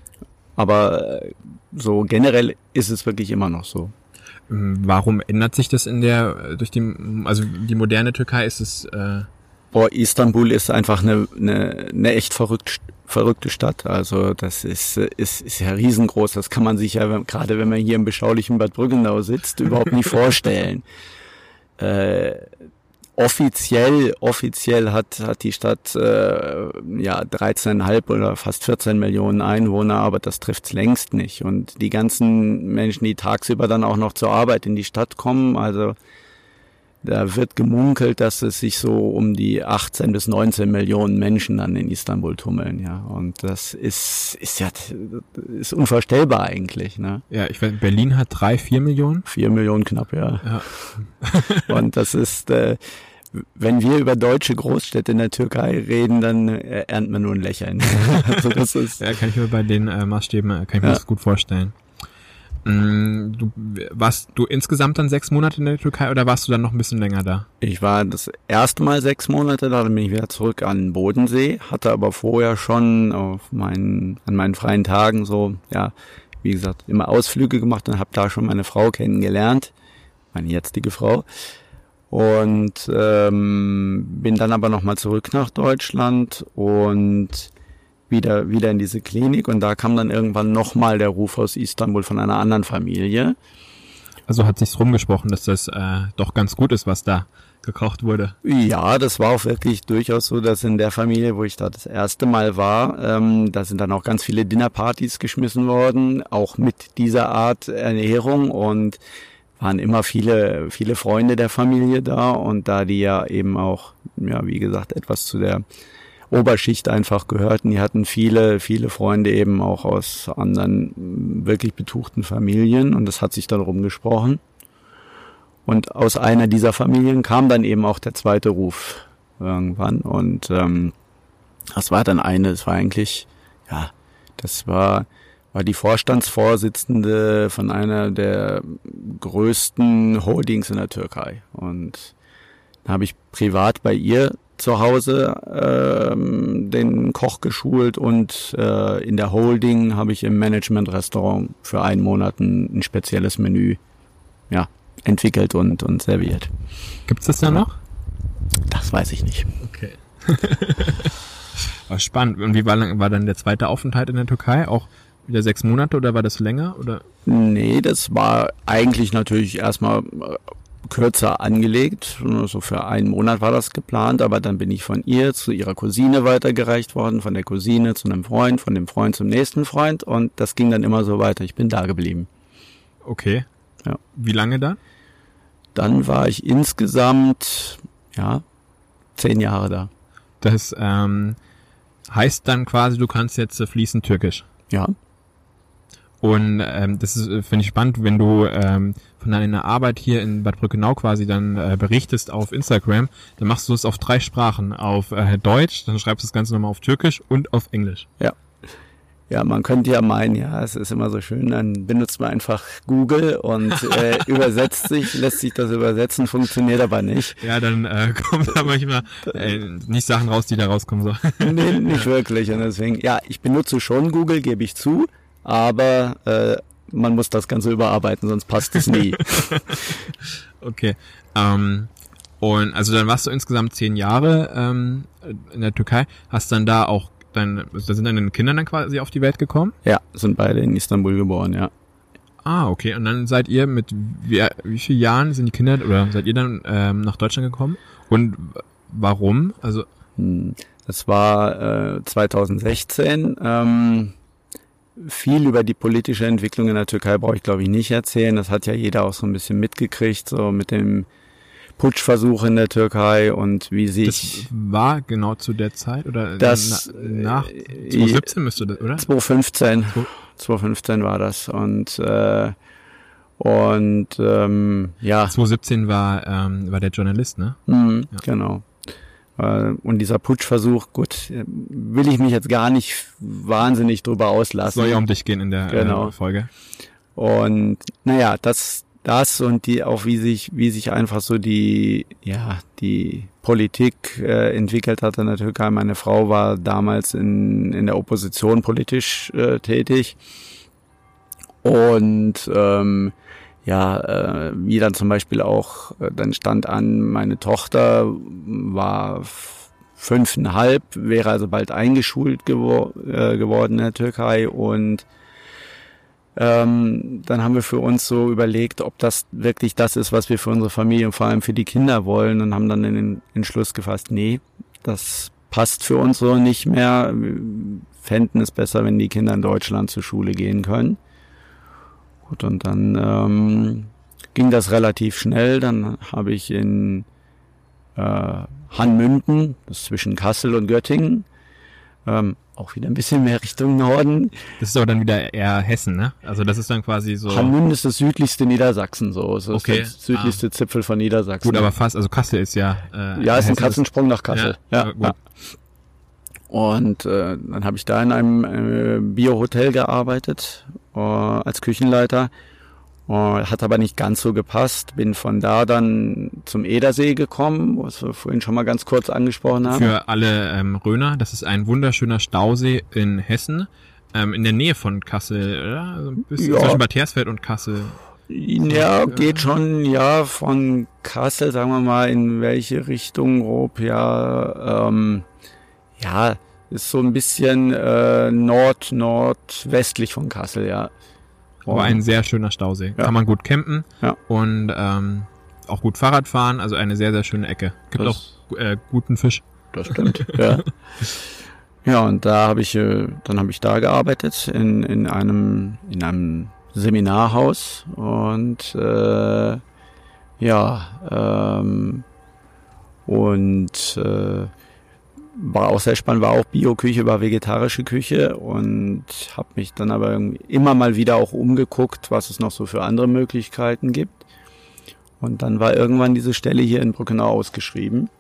aber so generell ist es wirklich immer noch so. Warum ändert sich das in der durch die also die moderne Türkei ist es äh Boah, Istanbul ist einfach eine, eine, eine echt verrückt, verrückte Stadt. Also das ist, ist, ist ja riesengroß. Das kann man sich ja, gerade wenn man hier im beschaulichen Bad Brückenau sitzt, überhaupt nicht vorstellen. Äh, offiziell, offiziell hat, hat die Stadt äh, ja dreizehn Komma fünf oder fast vierzehn Millionen Einwohner, aber das trifft's längst nicht. Und die ganzen Menschen, die tagsüber dann auch noch zur Arbeit in die Stadt kommen, also da wird gemunkelt, dass es sich so um die achtzehn bis neunzehn Millionen Menschen dann in Istanbul tummeln, ja. Und das ist, ist ja, ist unvorstellbar eigentlich, ne? Ja, ich weiß, Berlin hat drei, vier Millionen? Vier Millionen knapp, ja. Ja. Und das ist, äh, wenn wir über deutsche Großstädte in der Türkei reden, dann äh, ernten wir nur ein Lächeln. Also das ist. Ja, kann ich mir bei den äh, Maßstäben, kann ich mir ja. das gut vorstellen. Du, warst du insgesamt dann sechs Monate in der Türkei oder warst du dann noch ein bisschen länger da? Ich war das erste Mal sechs Monate da, dann bin ich wieder zurück an den Bodensee, hatte aber vorher schon auf meinen, an meinen freien Tagen so, ja, wie gesagt, immer Ausflüge gemacht und habe da schon meine Frau kennengelernt, meine jetzige Frau. Und ähm, bin dann aber nochmal zurück nach Deutschland und wieder wieder in diese Klinik und da kam dann irgendwann nochmal der Ruf aus Istanbul von einer anderen Familie. Also hat sich's rumgesprochen, dass das äh, doch ganz gut ist, was da gekocht wurde. Ja, das war auch wirklich durchaus so, dass in der Familie, wo ich da das erste Mal war, ähm, da sind dann auch ganz viele Dinnerpartys geschmissen worden, auch mit dieser Art Ernährung und waren immer viele viele Freunde der Familie da und da die ja eben auch, ja wie gesagt, etwas zu der Oberschicht einfach gehörten. Die hatten viele, viele Freunde eben auch aus anderen wirklich betuchten Familien und das hat sich dann rumgesprochen. Und aus einer dieser Familien kam dann eben auch der zweite Ruf irgendwann und ähm, das war dann eine, das war eigentlich, ja, das war war die Vorstandsvorsitzende von einer der größten Holdings in der Türkei und dann habe ich privat bei ihr zu Hause ähm, den Koch geschult und äh, in der Holding habe ich im Management-Restaurant für einen Monat ein, ein spezielles Menü ja, entwickelt und, und serviert. Gibt's das da noch? Das weiß ich nicht. Okay. War spannend. Und wie war, lang, war dann der zweite Aufenthalt in der Türkei? Auch wieder sechs Monate oder war das länger? Oder? Nee, das war eigentlich natürlich erstmal kürzer angelegt. So für einen Monat war das geplant, aber dann bin ich von ihr zu ihrer Cousine weitergereicht worden, von der Cousine zu einem Freund, von dem Freund zum nächsten Freund und das ging dann immer so weiter. Ich bin da geblieben. Okay. Ja. Wie lange da? Dann war ich insgesamt, ja, zehn Jahre da. Das ähm, heißt dann quasi, du kannst jetzt äh, fließend Türkisch. Ja. Und ähm, das ist, finde ich spannend, wenn du ähm, von deiner Arbeit hier in Bad Brückenau quasi dann äh, berichtest auf Instagram, dann machst du es auf drei Sprachen. Auf äh, Deutsch, dann schreibst du das Ganze nochmal auf Türkisch und auf Englisch. Ja. Ja, man könnte ja meinen, ja, es ist immer so schön, dann benutzt man einfach Google und äh, übersetzt sich, lässt sich das übersetzen, funktioniert aber nicht. Ja, dann äh, kommen da manchmal äh, nicht Sachen raus, die da rauskommen sollen. Nee, nicht wirklich. Und deswegen, ja, ich benutze schon Google, gebe ich zu, aber äh, man muss das Ganze überarbeiten, sonst passt es nie. Okay. Ähm, und also dann warst du insgesamt zehn Jahre ähm, in der Türkei, hast dann da auch Dann, da sind deine Kinder dann quasi auf die Welt gekommen? Ja, sind beide in Istanbul geboren, ja. Ah, okay. Und dann seid ihr mit, wie, wie vielen Jahren sind die Kinder, oder seid ihr dann ähm, nach Deutschland gekommen? Und warum? Also Das war äh, zweitausendsechzehn. Ähm, viel über die politische Entwicklung in der Türkei brauche ich, glaube ich, nicht erzählen. Das hat ja jeder auch so ein bisschen mitgekriegt, so mit dem Putschversuch in der Türkei und wie sich... Das war genau zu der Zeit oder das, na, nach zwanzig siebzehn müsste das, oder? zwanzig fünfzehn. zwanzig fünfzehn war das und äh, und ähm, ja. zwanzig siebzehn war ähm, war der Journalist, ne? Mhm, ja. Genau. Äh, und dieser Putschversuch, gut, will ich mich jetzt gar nicht wahnsinnig drüber auslassen. Soll ja um dich gehen in der genau. äh, Folge. Und naja, das Das und die auch wie sich wie sich einfach so die ja die Politik äh, entwickelt hat in der Türkei. Meine Frau war damals in in der Opposition politisch äh, tätig und ähm, ja äh, wie dann zum Beispiel auch äh, dann stand an, meine Tochter war fünfeinhalb, wäre also bald eingeschult gewor- äh, geworden in der Türkei und Ähm, dann haben wir für uns so überlegt, ob das wirklich das ist, was wir für unsere Familie und vor allem für die Kinder wollen und haben dann den Entschluss gefasst, nee, das passt für uns so nicht mehr. Wir fänden es besser, wenn die Kinder in Deutschland zur Schule gehen können. Gut, und dann ähm, ging das relativ schnell. Dann habe ich in äh, Hanmünden, das ist zwischen Kassel und Göttingen, ähm, auch wieder ein bisschen mehr Richtung Norden. Das ist aber dann wieder eher Hessen, ne? Also das ist dann quasi so... Hanmünden ist das südlichste Niedersachsen, so. Das okay. ist der südlichste ah. Zipfel von Niedersachsen. Gut, aber fast, also Kassel ist ja... Äh, ja, ist ein Katzensprung nach Kassel. Ja, ja, ja. Und äh, dann habe ich da in einem äh, Bio-Hotel gearbeitet, äh, als Küchenleiter. Uh, hat aber nicht ganz so gepasst. Bin von da dann zum Edersee gekommen, was wir vorhin schon mal ganz kurz angesprochen haben. Für alle ähm, Röner, das ist ein wunderschöner Stausee in Hessen, ähm, in der Nähe von Kassel, oder? Also ein bisschen ja. Zwischen Bad Hersfeld und Kassel. Ja, geht schon, ja, von Kassel, sagen wir mal, in welche Richtung grob, ja, ähm, ja, ist so ein bisschen äh, nord, nordwestlich von Kassel, ja. War ein sehr schöner Stausee. Ja. Kann man gut campen ja. und ähm, auch gut Fahrrad fahren. Also eine sehr, sehr schöne Ecke. Gibt das, auch äh, guten Fisch. Das stimmt, ja. Ja, und da habe ich, äh, dann habe ich da gearbeitet in in einem in einem Seminarhaus und äh, ja ähm, und äh, war auch sehr spannend, war auch Bio-Küche, war vegetarische Küche und habe mich dann aber immer mal wieder auch umgeguckt, was es noch so für andere Möglichkeiten gibt. Und dann war irgendwann diese Stelle hier in Brückenau ausgeschrieben.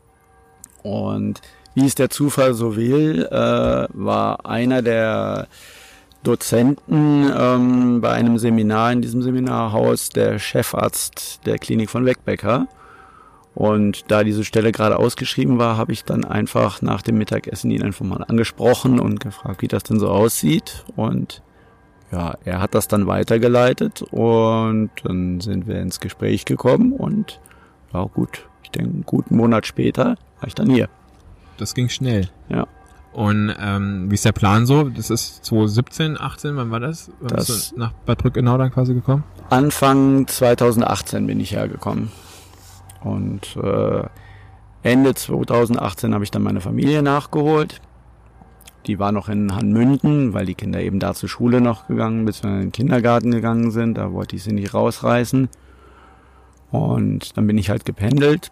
Und wie es der Zufall so will, äh, war einer der Dozenten ähm, bei einem Seminar in diesem Seminarhaus der Chefarzt der Klinik von Weckbecker. Und da diese Stelle gerade ausgeschrieben war, habe ich dann einfach nach dem Mittagessen ihn einfach mal angesprochen und gefragt, wie das denn so aussieht. Und ja, er hat das dann weitergeleitet und dann sind wir ins Gespräch gekommen und ja gut, ich denke, einen guten Monat später war ich dann hier. Das ging schnell. Ja. Und ähm, wie ist der Plan so? Das ist zwanzig siebzehn, achtzehn, wann war das? Wann Das bist du nach Bad Brückenau dann quasi gekommen? Anfang zwanzig achtzehn bin ich hergekommen. Und äh, Ende zwanzig achtzehn habe ich dann meine Familie nachgeholt. Die war noch in Hanmünden, weil die Kinder eben da zur Schule noch gegangen, bis wir in den Kindergarten gegangen sind. Da wollte ich sie nicht rausreißen. Und dann bin ich halt gependelt.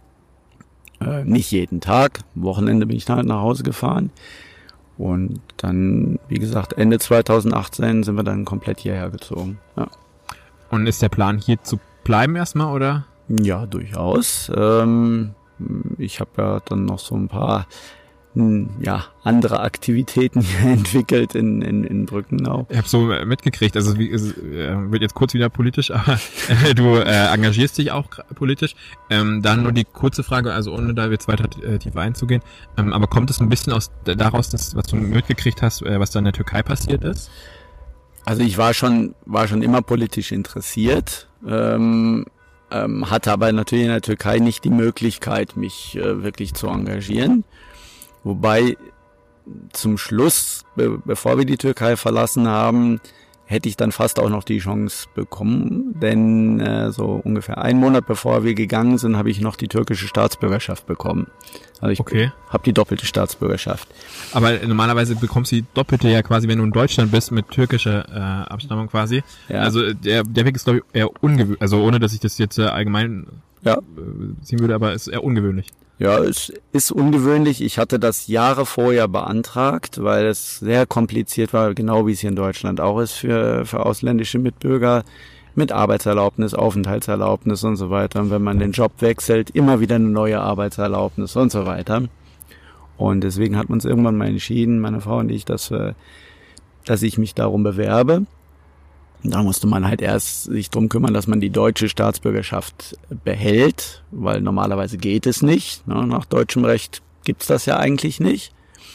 Äh, nicht jeden Tag. Am Wochenende bin ich dann halt nach Hause gefahren. Und dann, wie gesagt, Ende zwanzig achtzehn sind wir dann komplett hierher gezogen. Ja, Und ist der Plan, hier zu bleiben erstmal, oder? ja durchaus. Ähm, ich habe ja dann noch so ein paar ja, andere Aktivitäten hier entwickelt in, in, in Brückenau. Ich habe so mitgekriegt, also wie, es äh, wird jetzt kurz wieder politisch, aber äh, du äh, engagierst dich auch politisch. Ähm, dann nur die kurze Frage, also ohne da jetzt weiter äh, tiefer einzugehen, ähm, aber kommt es ein bisschen aus daraus, dass, was du mitgekriegt hast, äh, was da in der Türkei passiert ist? Also ich war schon, war schon immer politisch interessiert, ähm, ähm, hatte aber natürlich in der Türkei nicht die Möglichkeit, mich äh, wirklich zu engagieren. Wobei zum Schluss, be- bevor wir die Türkei verlassen haben, hätte ich dann fast auch noch die Chance bekommen. Denn äh, so ungefähr einen Monat bevor wir gegangen sind, habe ich noch die türkische Staatsbürgerschaft bekommen. Also ich Okay. habe die doppelte Staatsbürgerschaft. Aber normalerweise bekommst du die doppelte ja quasi, wenn du in Deutschland bist, mit türkischer äh, Abstammung quasi. Ja. Also der der Weg ist, glaube ich, eher ungewöhnlich, also ohne, dass ich das jetzt äh, allgemein Ja. äh, ziehen würde, aber es ist eher ungewöhnlich. Ja, es ist ungewöhnlich. Ich hatte das Jahre vorher beantragt, weil es sehr kompliziert war, genau wie es hier in Deutschland auch ist für, für ausländische Mitbürger mit Arbeitserlaubnis, Aufenthaltserlaubnis und so weiter. Und wenn man den Job wechselt, immer wieder eine neue Arbeitserlaubnis und so weiter. Und deswegen hat man uns irgendwann mal entschieden, meine Frau und ich, dass, wir, dass ich mich darum bewerbe. Und da musste man halt erst sich drum kümmern, dass man die deutsche Staatsbürgerschaft behält, weil normalerweise geht es nicht. Ne? Nach deutschem Recht gibt's das ja eigentlich nicht.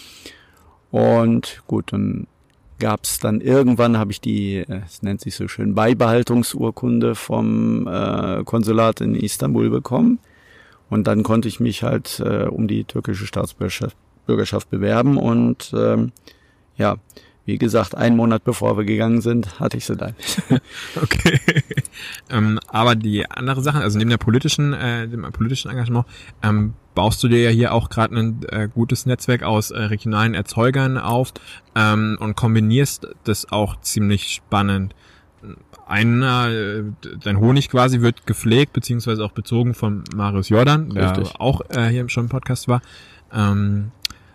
Und gut, dann gab's dann irgendwann, habe ich die, es nennt sich so schön, Beibehaltungsurkunde vom äh, Konsulat in Istanbul bekommen. Und dann konnte ich mich halt äh, um die türkische Staatsbürgerschaft Bürgerschaft bewerben. Und ähm, ja, wie gesagt, einen Monat bevor wir gegangen sind, hatte ich sie dann. Okay. ähm, aber die andere Sache, also neben der politischen, äh, dem politischen Engagement, ähm, baust du dir ja hier auch gerade ein äh, gutes Netzwerk aus äh, regionalen Erzeugern auf ähm, und kombinierst das auch ziemlich spannend. Einer, äh, dein Honig quasi wird gepflegt, beziehungsweise auch bezogen von Marius Jordan, der Richtig. auch äh, hier schon im Podcast war. Ähm,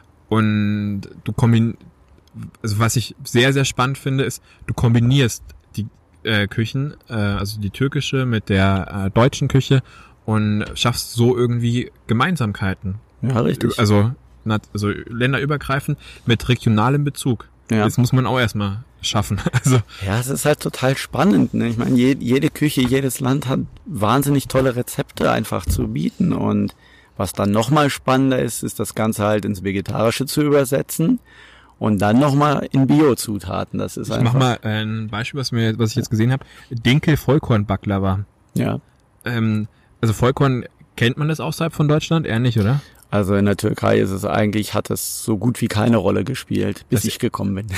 und du kombinierst, also was ich sehr, sehr spannend finde, ist, du kombinierst die äh, Küchen, äh, also die türkische mit der äh, deutschen Küche und schaffst so irgendwie Gemeinsamkeiten. Ja, richtig. Also, na, also länderübergreifend mit regionalem Bezug. Ja. Das muss man auch erstmal schaffen. Also Ja, es ist halt total spannend. Ne? Ich meine, je, jede Küche, jedes Land hat wahnsinnig tolle Rezepte einfach zu bieten. Und was dann nochmal spannender ist, ist das Ganze halt ins Vegetarische zu übersetzen. Und dann nochmal in Bio-Zutaten. Das ist ich einfach. mach mal ein Beispiel, was mir, was ich jetzt gesehen habe. Dinkel-Vollkorn-Baklava. Ja. Ähm, also Vollkorn, kennt man das außerhalb von Deutschland? Eher nicht, oder? Also in der Türkei ist es eigentlich, hat es so gut wie keine Rolle gespielt, bis Das- ich gekommen bin.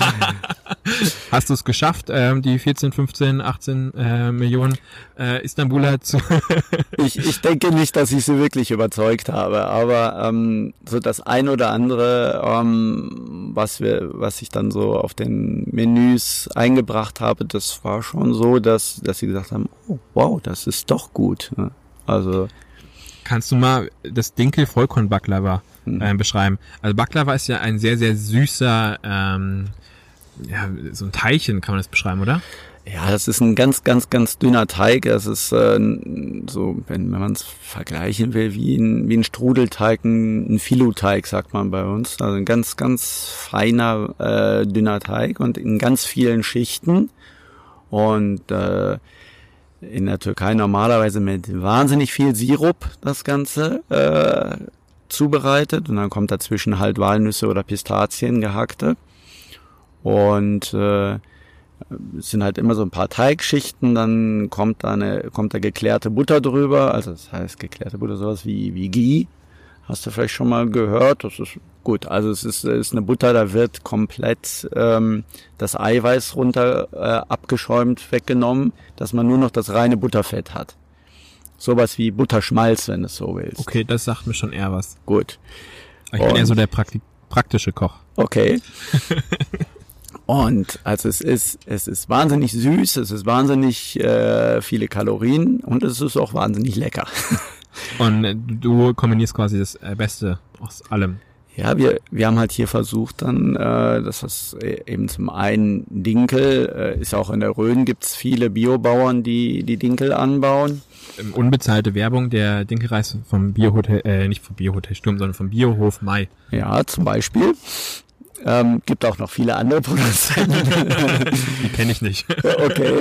Hast du es geschafft, ähm, die vierzehn, fünfzehn, achtzehn äh, Millionen äh, Istanbuler zu... Ich, ich denke nicht, dass ich sie wirklich überzeugt habe, aber ähm, so das ein oder andere, ähm, was wir, was ich dann so auf den Menüs eingebracht habe, das war schon so, dass, dass sie gesagt haben, oh, wow, das ist doch gut. Ne? Also Kannst du mal das Dinkel-Vollkorn-Baklava äh, beschreiben? Also Baklava ist ja ein sehr, sehr süßer, ähm, ja, so ein Teilchen kann man das beschreiben, oder? ja, das ist ein ganz, ganz, ganz dünner Teig. Das ist äh, so, wenn, wenn man es vergleichen will, wie ein, wie ein Strudelteig, ein, ein Filoteig, sagt man bei uns. Also ein ganz, ganz feiner, äh, dünner Teig und in ganz vielen Schichten. Und äh, in der Türkei normalerweise mit wahnsinnig viel Sirup das Ganze äh, zubereitet. Und dann kommt dazwischen halt Walnüsse oder Pistazien gehackte. Und äh, es sind halt immer so ein paar Teigschichten, dann kommt da eine, kommt da geklärte Butter drüber, also das heißt geklärte Butter, sowas wie, wie Ghee, hast du vielleicht schon mal gehört, das ist Gut, also es ist, ist eine Butter, da wird komplett ähm, das Eiweiß runter äh, abgeschäumt, weggenommen, dass man nur noch das reine Butterfett hat. Sowas wie Butterschmalz, wenn du es so willst. Okay, das sagt mir schon eher was. Gut. Ich bin eher so der Praktik- praktische Koch. Okay. Und also es ist es ist wahnsinnig süß, es ist wahnsinnig äh, viele Kalorien und es ist auch wahnsinnig lecker. Und äh, du kombinierst quasi das äh, Beste aus allem. Ja, wir wir haben halt hier versucht dann, äh, dass das eben zum einen Dinkel, äh, ist auch in der Rhön, gibt's viele Biobauern, die die Dinkel anbauen. Ähm, unbezahlte Werbung, der Dinkelreis vom Biohotel, äh, nicht vom Biohotel Sturm, sondern vom Biohof Mai. Ja, zum Beispiel. Ähm, gibt auch noch viele andere Produzenten. Die kenne ich nicht. Okay.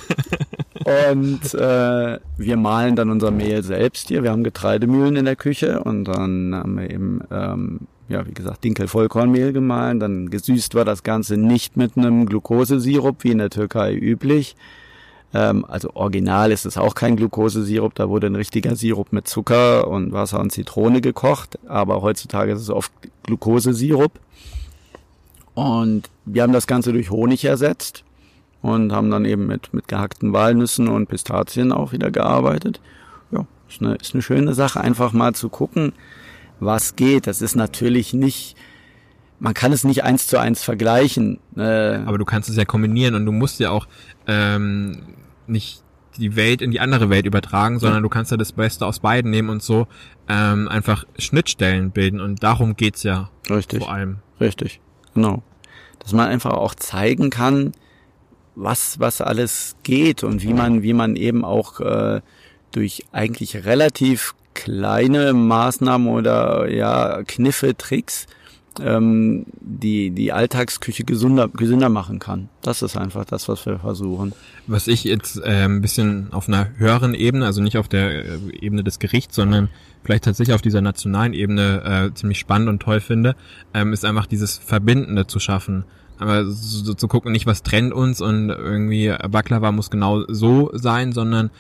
Und äh, wir mahlen dann unser Mehl selbst hier. Wir haben Getreidemühlen in der Küche und dann haben wir eben, ähm, ja wie gesagt, Dinkel-Vollkornmehl gemahlen. Dann gesüßt war das Ganze nicht mit einem Glukosesirup wie in der Türkei üblich. Ähm, also original ist es auch kein Glukosesirup. Da wurde ein richtiger Sirup mit Zucker und Wasser und Zitrone gekocht. Aber heutzutage ist es oft Glukosesirup. Und wir haben das Ganze durch Honig ersetzt und haben dann eben mit mit gehackten Walnüssen und Pistazien auch wieder gearbeitet. Ja, ist eine, ist eine schöne Sache, einfach mal zu gucken, was geht. Das ist natürlich nicht, man kann es nicht eins zu eins vergleichen. Äh, Aber du kannst es ja kombinieren und du musst ja auch ähm, nicht die Welt in die andere Welt übertragen, sondern ja. Du kannst ja das Beste aus beiden nehmen und so ähm, einfach Schnittstellen bilden und darum geht's ja Richtig. Vor allem. Richtig. Genau. Dass man einfach auch zeigen kann, was was alles geht und wie man wie man eben auch äh, durch eigentlich relativ kleine Maßnahmen oder ja Kniffe, Tricks ähm, die die Alltagsküche gesünder gesünder machen kann. Das ist einfach das, was wir versuchen. Was ich jetzt äh, ein bisschen auf einer höheren Ebene, also nicht auf der äh, Ebene des Gerichts, sondern vielleicht tatsächlich auf dieser nationalen Ebene äh, ziemlich spannend und toll finde, ähm, ist einfach dieses Verbindende zu schaffen. Aber so, so zu gucken, nicht was trennt uns und irgendwie Baklava muss genau so sein, sondern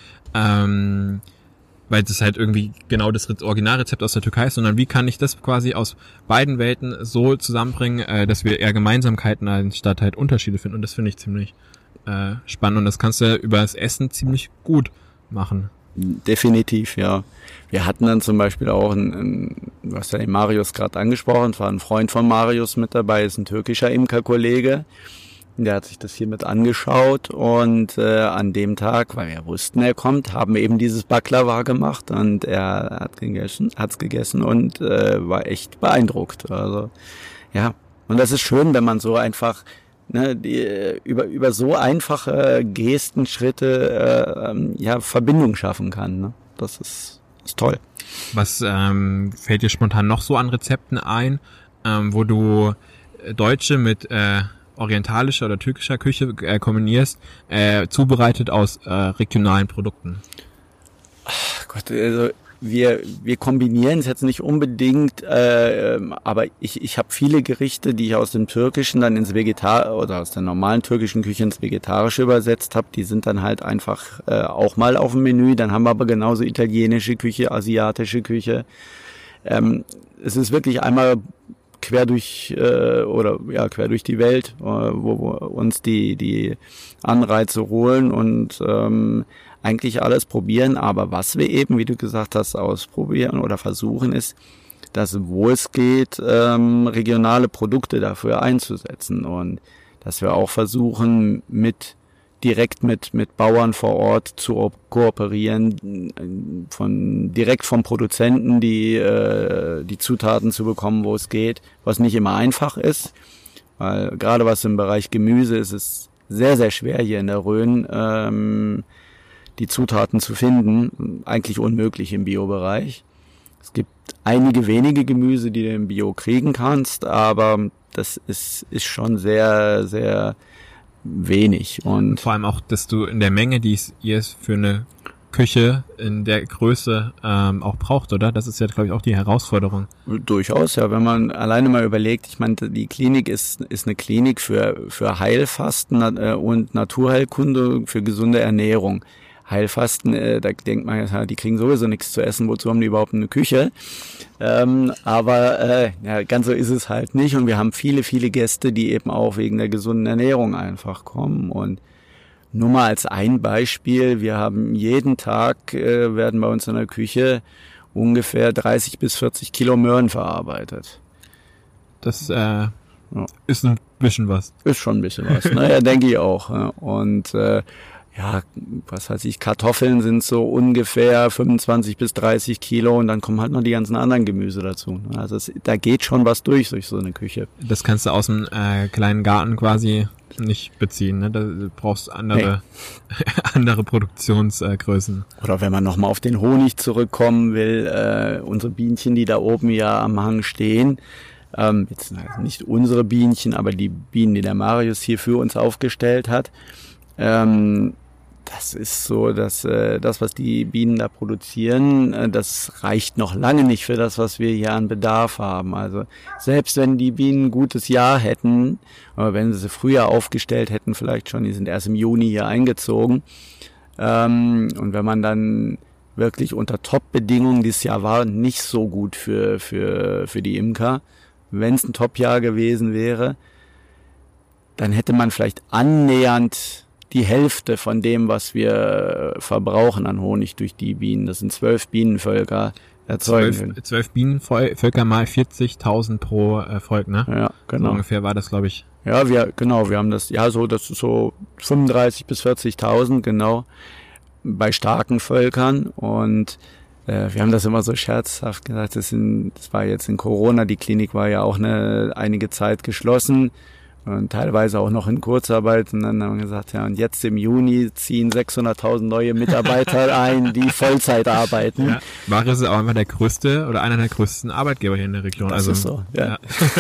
ähm, weil es halt irgendwie genau das Originalrezept aus der Türkei ist, sondern wie kann ich das quasi aus beiden Welten so zusammenbringen, äh, dass wir eher Gemeinsamkeiten anstatt halt Unterschiede finden. Und das finde ich ziemlich äh, spannend und das kannst du über das Essen ziemlich gut machen. Definitiv, ja. Wir hatten dann zum Beispiel auch einen, einen du hast ja den Marius gerade angesprochen, es war ein Freund von Marius mit dabei, ist ein türkischer Imkerkollege. Der hat sich das hier mit angeschaut und äh, an dem Tag, weil wir wussten, er kommt, haben wir eben dieses Baklava gemacht und er hat gegessen, hat's gegessen und äh, war echt beeindruckt. Also ja, und das ist schön, wenn man so einfach ne, die, über über so einfache Gesten, Schritte äh, ja Verbindung schaffen kann. Ne? Das ist ist toll. Was ähm, fällt dir spontan noch so an Rezepten ein, ähm, wo du Deutsche mit äh, orientalischer oder türkischer Küche äh, kombinierst, äh, zubereitet aus äh, regionalen Produkten? Ach Gott, also wir wir kombinieren es jetzt nicht unbedingt, äh, aber ich ich habe viele Gerichte, die ich aus dem Türkischen dann ins Vegetar oder aus der normalen türkischen Küche ins Vegetarische übersetzt habe. Die sind dann halt einfach äh, auch mal auf dem Menü. Dann haben wir aber genauso italienische Küche, asiatische Küche. Ähm, es ist wirklich einmal quer durch äh, oder ja quer durch die Welt, äh, wo wir uns die die Anreize holen und ähm, eigentlich alles probieren, aber was wir eben, wie du gesagt hast, ausprobieren oder versuchen ist, dass wo es geht, ähm, regionale Produkte dafür einzusetzen und dass wir auch versuchen, mit direkt mit mit Bauern vor Ort zu kooperieren, von direkt vom Produzenten die äh, die Zutaten zu bekommen, wo es geht, was nicht immer einfach ist, weil gerade was im Bereich Gemüse ist, ist sehr sehr schwer hier in der Rhön ähm, die Zutaten zu finden, eigentlich unmöglich im Bio-Bereich. Es gibt einige wenige Gemüse, die du im Bio kriegen kannst, aber das ist ist schon sehr sehr wenig. Und vor allem auch, dass du in der Menge, die es ihr für eine Küche in der Größe ähm, auch braucht, oder? Das ist ja, glaube ich, auch die Herausforderung. Durchaus, ja. Wenn man alleine mal überlegt, ich meine, die Klinik ist ist eine Klinik für für Heilfasten und Naturheilkunde, für gesunde Ernährung. Heilfasten, äh, da denkt man, ja, die kriegen sowieso nichts zu essen, wozu haben die überhaupt eine Küche? Ähm, aber äh, ja, ganz so ist es halt nicht und wir haben viele, viele Gäste, die eben auch wegen der gesunden Ernährung einfach kommen und nur mal als ein Beispiel, wir haben jeden Tag, äh, werden bei uns in der Küche ungefähr dreißig bis vierzig Kilo Möhren verarbeitet. Das äh, ja. ist ein bisschen was. Ist schon ein bisschen was, naja, denke ich auch. Und äh, ja, was weiß ich, Kartoffeln sind so ungefähr fünfundzwanzig bis dreißig Kilo und dann kommen halt noch die ganzen anderen Gemüse dazu. Also es, da geht schon was durch, durch so eine Küche. Das kannst du aus dem äh, kleinen Garten quasi nicht beziehen, ne? Da brauchst andere hey. andere Produktionsgrößen. Äh, Oder wenn man nochmal auf den Honig zurückkommen will, äh, unsere Bienchen, die da oben ja am Hang stehen, ähm, jetzt nicht unsere Bienchen, aber die Bienen, die der Marius hier für uns aufgestellt hat, ähm, das ist so, dass äh, das, was die Bienen da produzieren, äh, das reicht noch lange nicht für das, was wir hier an Bedarf haben. Also selbst wenn die Bienen ein gutes Jahr hätten, aber wenn sie sie früher aufgestellt hätten, vielleicht schon, die sind erst im Juni hier eingezogen. Ähm, und wenn man dann wirklich unter Top-Bedingungen, dieses Jahr war nicht so gut für für für die Imker, wenn es ein Top-Jahr gewesen wäre, dann hätte man vielleicht annähernd die Hälfte von dem, was wir verbrauchen an Honig durch die Bienen. Das sind zwölf Bienenvölker erzeugen. Zwölf, zwölf Bienenvölker mal vierzigtausend pro äh, Volk, ne? Ja, genau. So ungefähr war das, glaube ich. Ja, wir, genau, wir haben das, ja, so, das ist so fünfunddreißig bis vierzigtausend, genau, bei starken Völkern und äh, wir haben das immer so scherzhaft gesagt, das, sind, das war jetzt in Corona, die Klinik war ja auch eine einige Zeit geschlossen, und teilweise auch noch in Kurzarbeit. Und dann haben wir gesagt, ja, und jetzt im Juni ziehen sechshunderttausend neue Mitarbeiter ein, die Vollzeit arbeiten. Ja. Marius ist auch immer der größte oder einer der größten Arbeitgeber hier in der Region. Das also, ist so, ja. ja.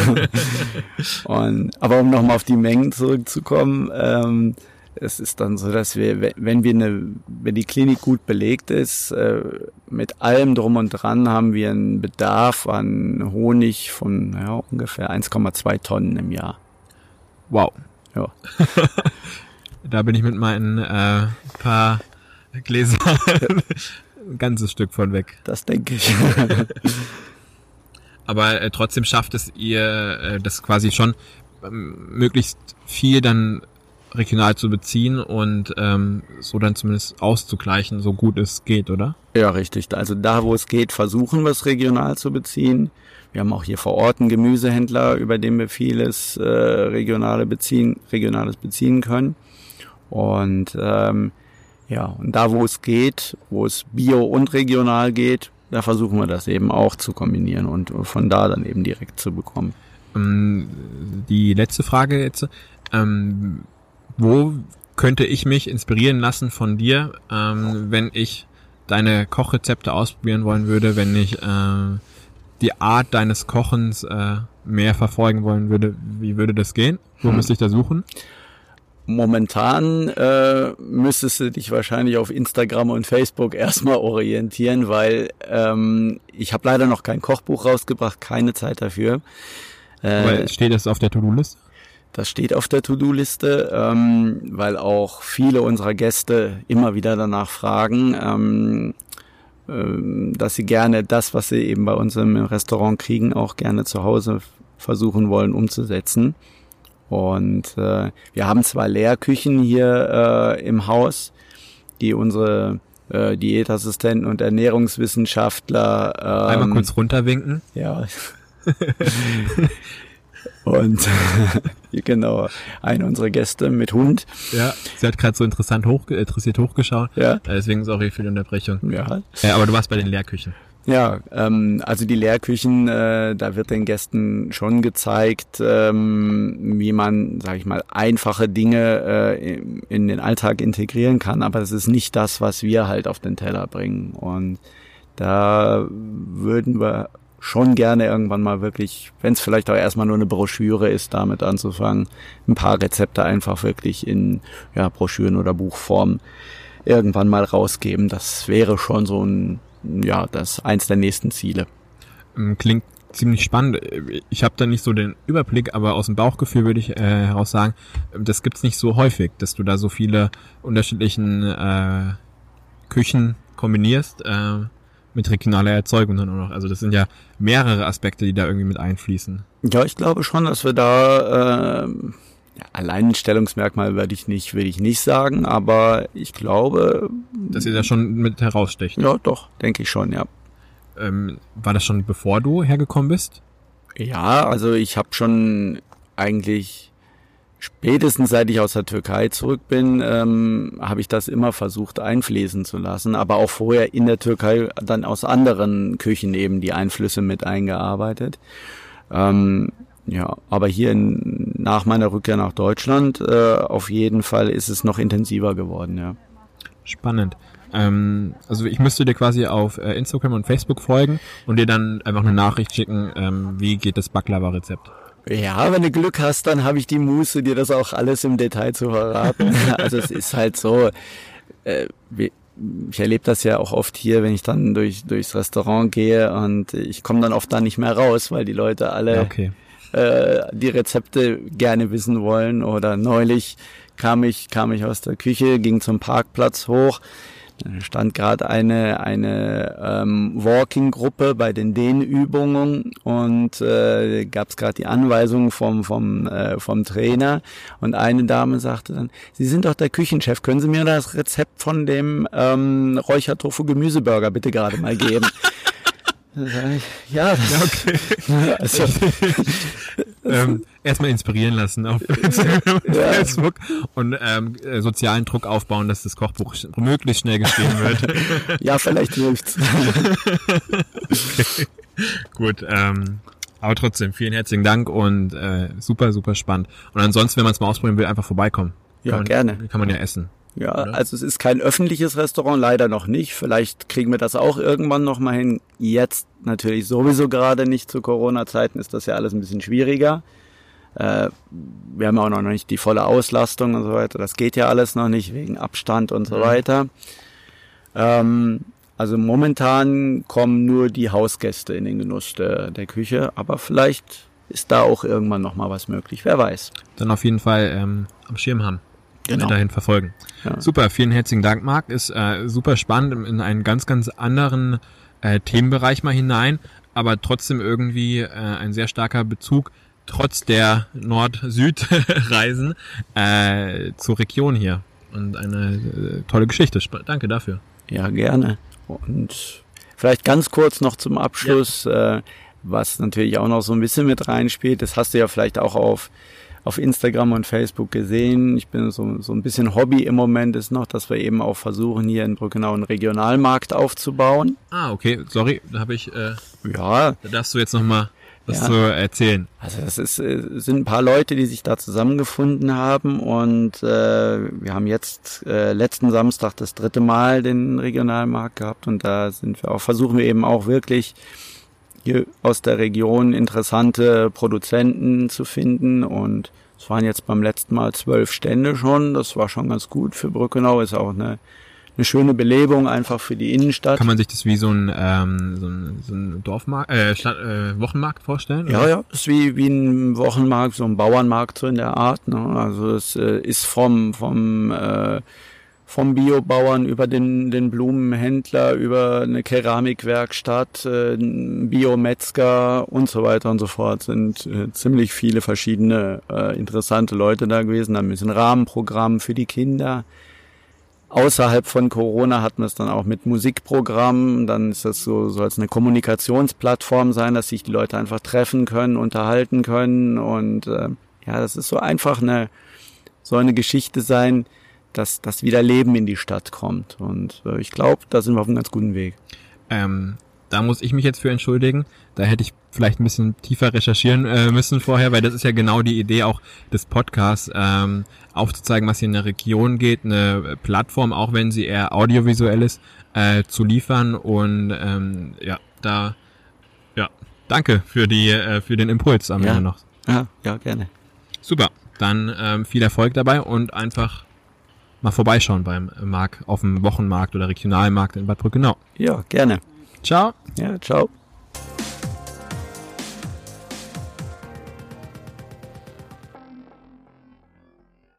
und, aber um nochmal auf die Mengen zurückzukommen, ähm, es ist dann so, dass wir, wenn wir eine, wenn die Klinik gut belegt ist, äh, mit allem drum und dran haben wir einen Bedarf an Honig von ja, ungefähr eins Komma zwei Tonnen im Jahr. Wow. Ja. Da bin ich mit meinen äh, paar Gläsern ein ganzes Stück von weg. Das denke ich. Aber äh, trotzdem schafft es ihr, äh, das quasi schon ähm, möglichst viel dann regional zu beziehen und ähm, so dann zumindest auszugleichen, so gut es geht, oder? Ja, richtig. Also da, wo es geht, versuchen wir es regional zu beziehen. Wir haben auch hier vor Ort einen Gemüsehändler, über den wir vieles äh, regionale beziehen, regionales beziehen können. Und ähm, ja, und da, wo es geht, wo es bio und regional geht, da versuchen wir das eben auch zu kombinieren und von da dann eben direkt zu bekommen. Ähm, die letzte Frage jetzt. Ähm, wo könnte ich mich inspirieren lassen von dir, ähm, wenn ich deine Kochrezepte ausprobieren wollen würde, wenn ich äh, die Art deines Kochens äh, mehr verfolgen wollen würde? Wie würde das gehen? Wo hm. müsste ich da suchen? Momentan äh, müsstest du dich wahrscheinlich auf Instagram und Facebook erstmal orientieren, weil ähm, ich habe leider noch kein Kochbuch rausgebracht, keine Zeit dafür. Äh, Aber steht das auf der To-Do-Liste? Das steht auf der To-Do-Liste, ähm, weil auch viele unserer Gäste immer wieder danach fragen, ähm, ähm, dass sie gerne das, was sie eben bei uns im Restaurant kriegen, auch gerne zu Hause versuchen wollen umzusetzen. Und äh, wir haben zwar Lehrküchen hier äh, im Haus, die unsere äh, Diätassistenten und Ernährungswissenschaftler ähm, einmal kurz runterwinken. Ja. Und genau, eine unserer Gäste mit Hund. Ja, sie hat gerade so interessant hoch, interessiert hochgeschaut. Ja. Deswegen sorry für die Unterbrechung. Ja. ja. Aber du warst bei den Lehrküchen. Ja, ähm, also die Lehrküchen, äh, da wird den Gästen schon gezeigt, ähm, wie man, sage ich mal, einfache Dinge äh, in, in den Alltag integrieren kann. Aber das ist nicht das, was wir halt auf den Teller bringen. Und da würden wir schon gerne irgendwann mal wirklich, wenn es vielleicht auch erstmal nur eine Broschüre ist, damit anzufangen, ein paar Rezepte einfach wirklich in ja, Broschüren oder Buchform irgendwann mal rausgeben. Das wäre schon so ein, ja, das eins der nächsten Ziele. Klingt ziemlich spannend. Ich habe da nicht so den Überblick, aber aus dem Bauchgefühl würde ich äh, heraus sagen, das gibt's nicht so häufig, dass du da so viele unterschiedlichen äh, Küchen kombinierst äh, mit regionaler Erzeugung dann auch noch. Also das sind ja mehrere Aspekte, die da irgendwie mit einfließen. Ja, ich glaube schon, dass wir da äh, ja, Alleinstellungsmerkmal würde ich nicht, würde ich nicht sagen, aber ich glaube, dass ihr da schon mit herausstecht. Ja, doch, denke ich schon, ja. Ähm, war das schon bevor du hergekommen bist? Ja, also ich habe schon eigentlich spätestens seit ich aus der Türkei zurück bin, ähm, habe ich das immer versucht einfließen zu lassen, aber auch vorher in der Türkei dann aus anderen Küchen eben die Einflüsse mit eingearbeitet. Ähm, ja, aber hier in, nach meiner Rückkehr nach Deutschland äh, auf jeden Fall ist es noch intensiver geworden, ja. Spannend. Ähm, also ich müsste dir quasi auf äh, Instagram und Facebook folgen und dir dann einfach eine Nachricht schicken, ähm, wie geht das Baklava-Rezept. Ja, wenn du Glück hast, dann habe ich die Muße, dir das auch alles im Detail zu verraten. Also es ist halt so, äh, ich erlebe das ja auch oft hier, wenn ich dann durch durchs Restaurant gehe und ich komme dann oft da nicht mehr raus, weil die Leute alle Ja, okay. äh, die Rezepte gerne wissen wollen. Oder neulich kam ich kam ich aus der Küche, ging zum Parkplatz hoch. Da stand gerade eine eine ähm, Walking-Gruppe bei den Dehnübungen und äh, gab es gerade die Anweisungen vom vom äh, vom Trainer und eine Dame sagte dann: Sie sind doch der Küchenchef, können Sie mir das Rezept von dem ähm, Räuchertofu-Gemüseburger bitte gerade mal geben? Da sag ich, ja, das, Ja, okay. also, ähm, erstmal inspirieren lassen auf Instagram und Ja. Facebook und ähm, äh, sozialen Druck aufbauen, dass das Kochbuch sch- möglichst schnell geschrieben wird. ja, vielleicht hilft's. Okay. Gut, ähm, aber trotzdem, vielen herzlichen Dank und äh, super, super spannend. Und ansonsten, wenn man es mal ausprobieren will, einfach vorbeikommen. Ja, kann man, gerne. Kann man ja essen. Ja, Oder? also es ist kein öffentliches Restaurant, leider noch nicht. Vielleicht kriegen wir das auch irgendwann noch mal hin. Jetzt natürlich sowieso gerade nicht, zu Corona-Zeiten ist das ja alles ein bisschen schwieriger. Äh, wir haben auch noch nicht die volle Auslastung und so weiter. Das geht ja alles noch nicht wegen Abstand und so Mhm. weiter. Ähm, also momentan kommen nur die Hausgäste in den Genuss der, der Küche, aber vielleicht ist da auch irgendwann noch mal was möglich. Wer weiß. Dann auf jeden Fall ähm, am Schirm haben. Genau. Dahin verfolgen. Ja. Super, vielen herzlichen Dank, Marc. Ist äh, super spannend in einen ganz, ganz anderen äh, Themenbereich mal hinein, aber trotzdem irgendwie äh, ein sehr starker Bezug, trotz der Nord-Süd-Reisen, äh, zur Region hier. Und eine äh, tolle Geschichte. Sp- Danke dafür. Ja, gerne. Und vielleicht ganz kurz noch zum Abschluss, äh, was natürlich auch noch so ein bisschen mit reinspielt. Das hast du ja vielleicht auch auf auf Instagram und Facebook gesehen. Ich bin so, so ein bisschen Hobby im Moment ist noch, dass wir eben auch versuchen, hier in Brückenau einen Regionalmarkt aufzubauen. Ah, okay, sorry, da habe ich, äh, Ja, da darfst du jetzt nochmal was Ja. zu erzählen. also das ist, äh, sind ein paar Leute, die sich da zusammengefunden haben und äh, wir haben jetzt äh, letzten Samstag das dritte Mal den Regionalmarkt gehabt und da sind wir auch, versuchen wir eben auch wirklich hier aus der Region interessante Produzenten zu finden und es waren jetzt beim letzten Mal zwölf Stände schon, das war schon ganz gut für Brückenau, ist auch eine, eine schöne Belebung einfach für die Innenstadt. Kann man sich das wie so ein, ähm, so ein, so ein Dorfmarkt, äh, Stadt, äh, Wochenmarkt vorstellen? Ja, oder? ja, ist wie, wie ein Wochenmarkt, so ein Bauernmarkt so in der Art. Ne? Also es äh, ist vom, vom, äh, vom Biobauern über den, den Blumenhändler, über eine Keramikwerkstatt, äh, ein Biometzger und so weiter und so fort. Sind äh, ziemlich viele verschiedene äh, interessante Leute da gewesen. Dann ein bisschen Rahmenprogramm für die Kinder. Außerhalb von Corona hatten wir es dann auch mit Musikprogrammen. Dann ist das so, soll es eine Kommunikationsplattform sein, dass sich die Leute einfach treffen können, unterhalten können. Und äh, ja, das ist so einfach eine, so eine Geschichte sein, dass, dass wieder Leben in die Stadt kommt. Und äh, ich glaube, da sind wir auf einem ganz guten Weg. Ähm, da muss ich mich jetzt für entschuldigen. Da hätte ich vielleicht ein bisschen tiefer recherchieren äh, müssen vorher, weil das ist ja genau die Idee auch des Podcasts, ähm, aufzuzeigen, was hier in der Region geht, eine Plattform, auch wenn sie eher audiovisuell ist, äh, zu liefern. Und ähm, ja, da, ja, danke für die, äh, für den Impuls am Ja. Ende noch. Ja, ja, gerne. Super, dann ähm, viel Erfolg dabei und einfach mal vorbeischauen beim Marc auf dem Wochenmarkt oder Regionalmarkt in Bad Brückenau. Ja, gerne. Ciao. Ja, ciao.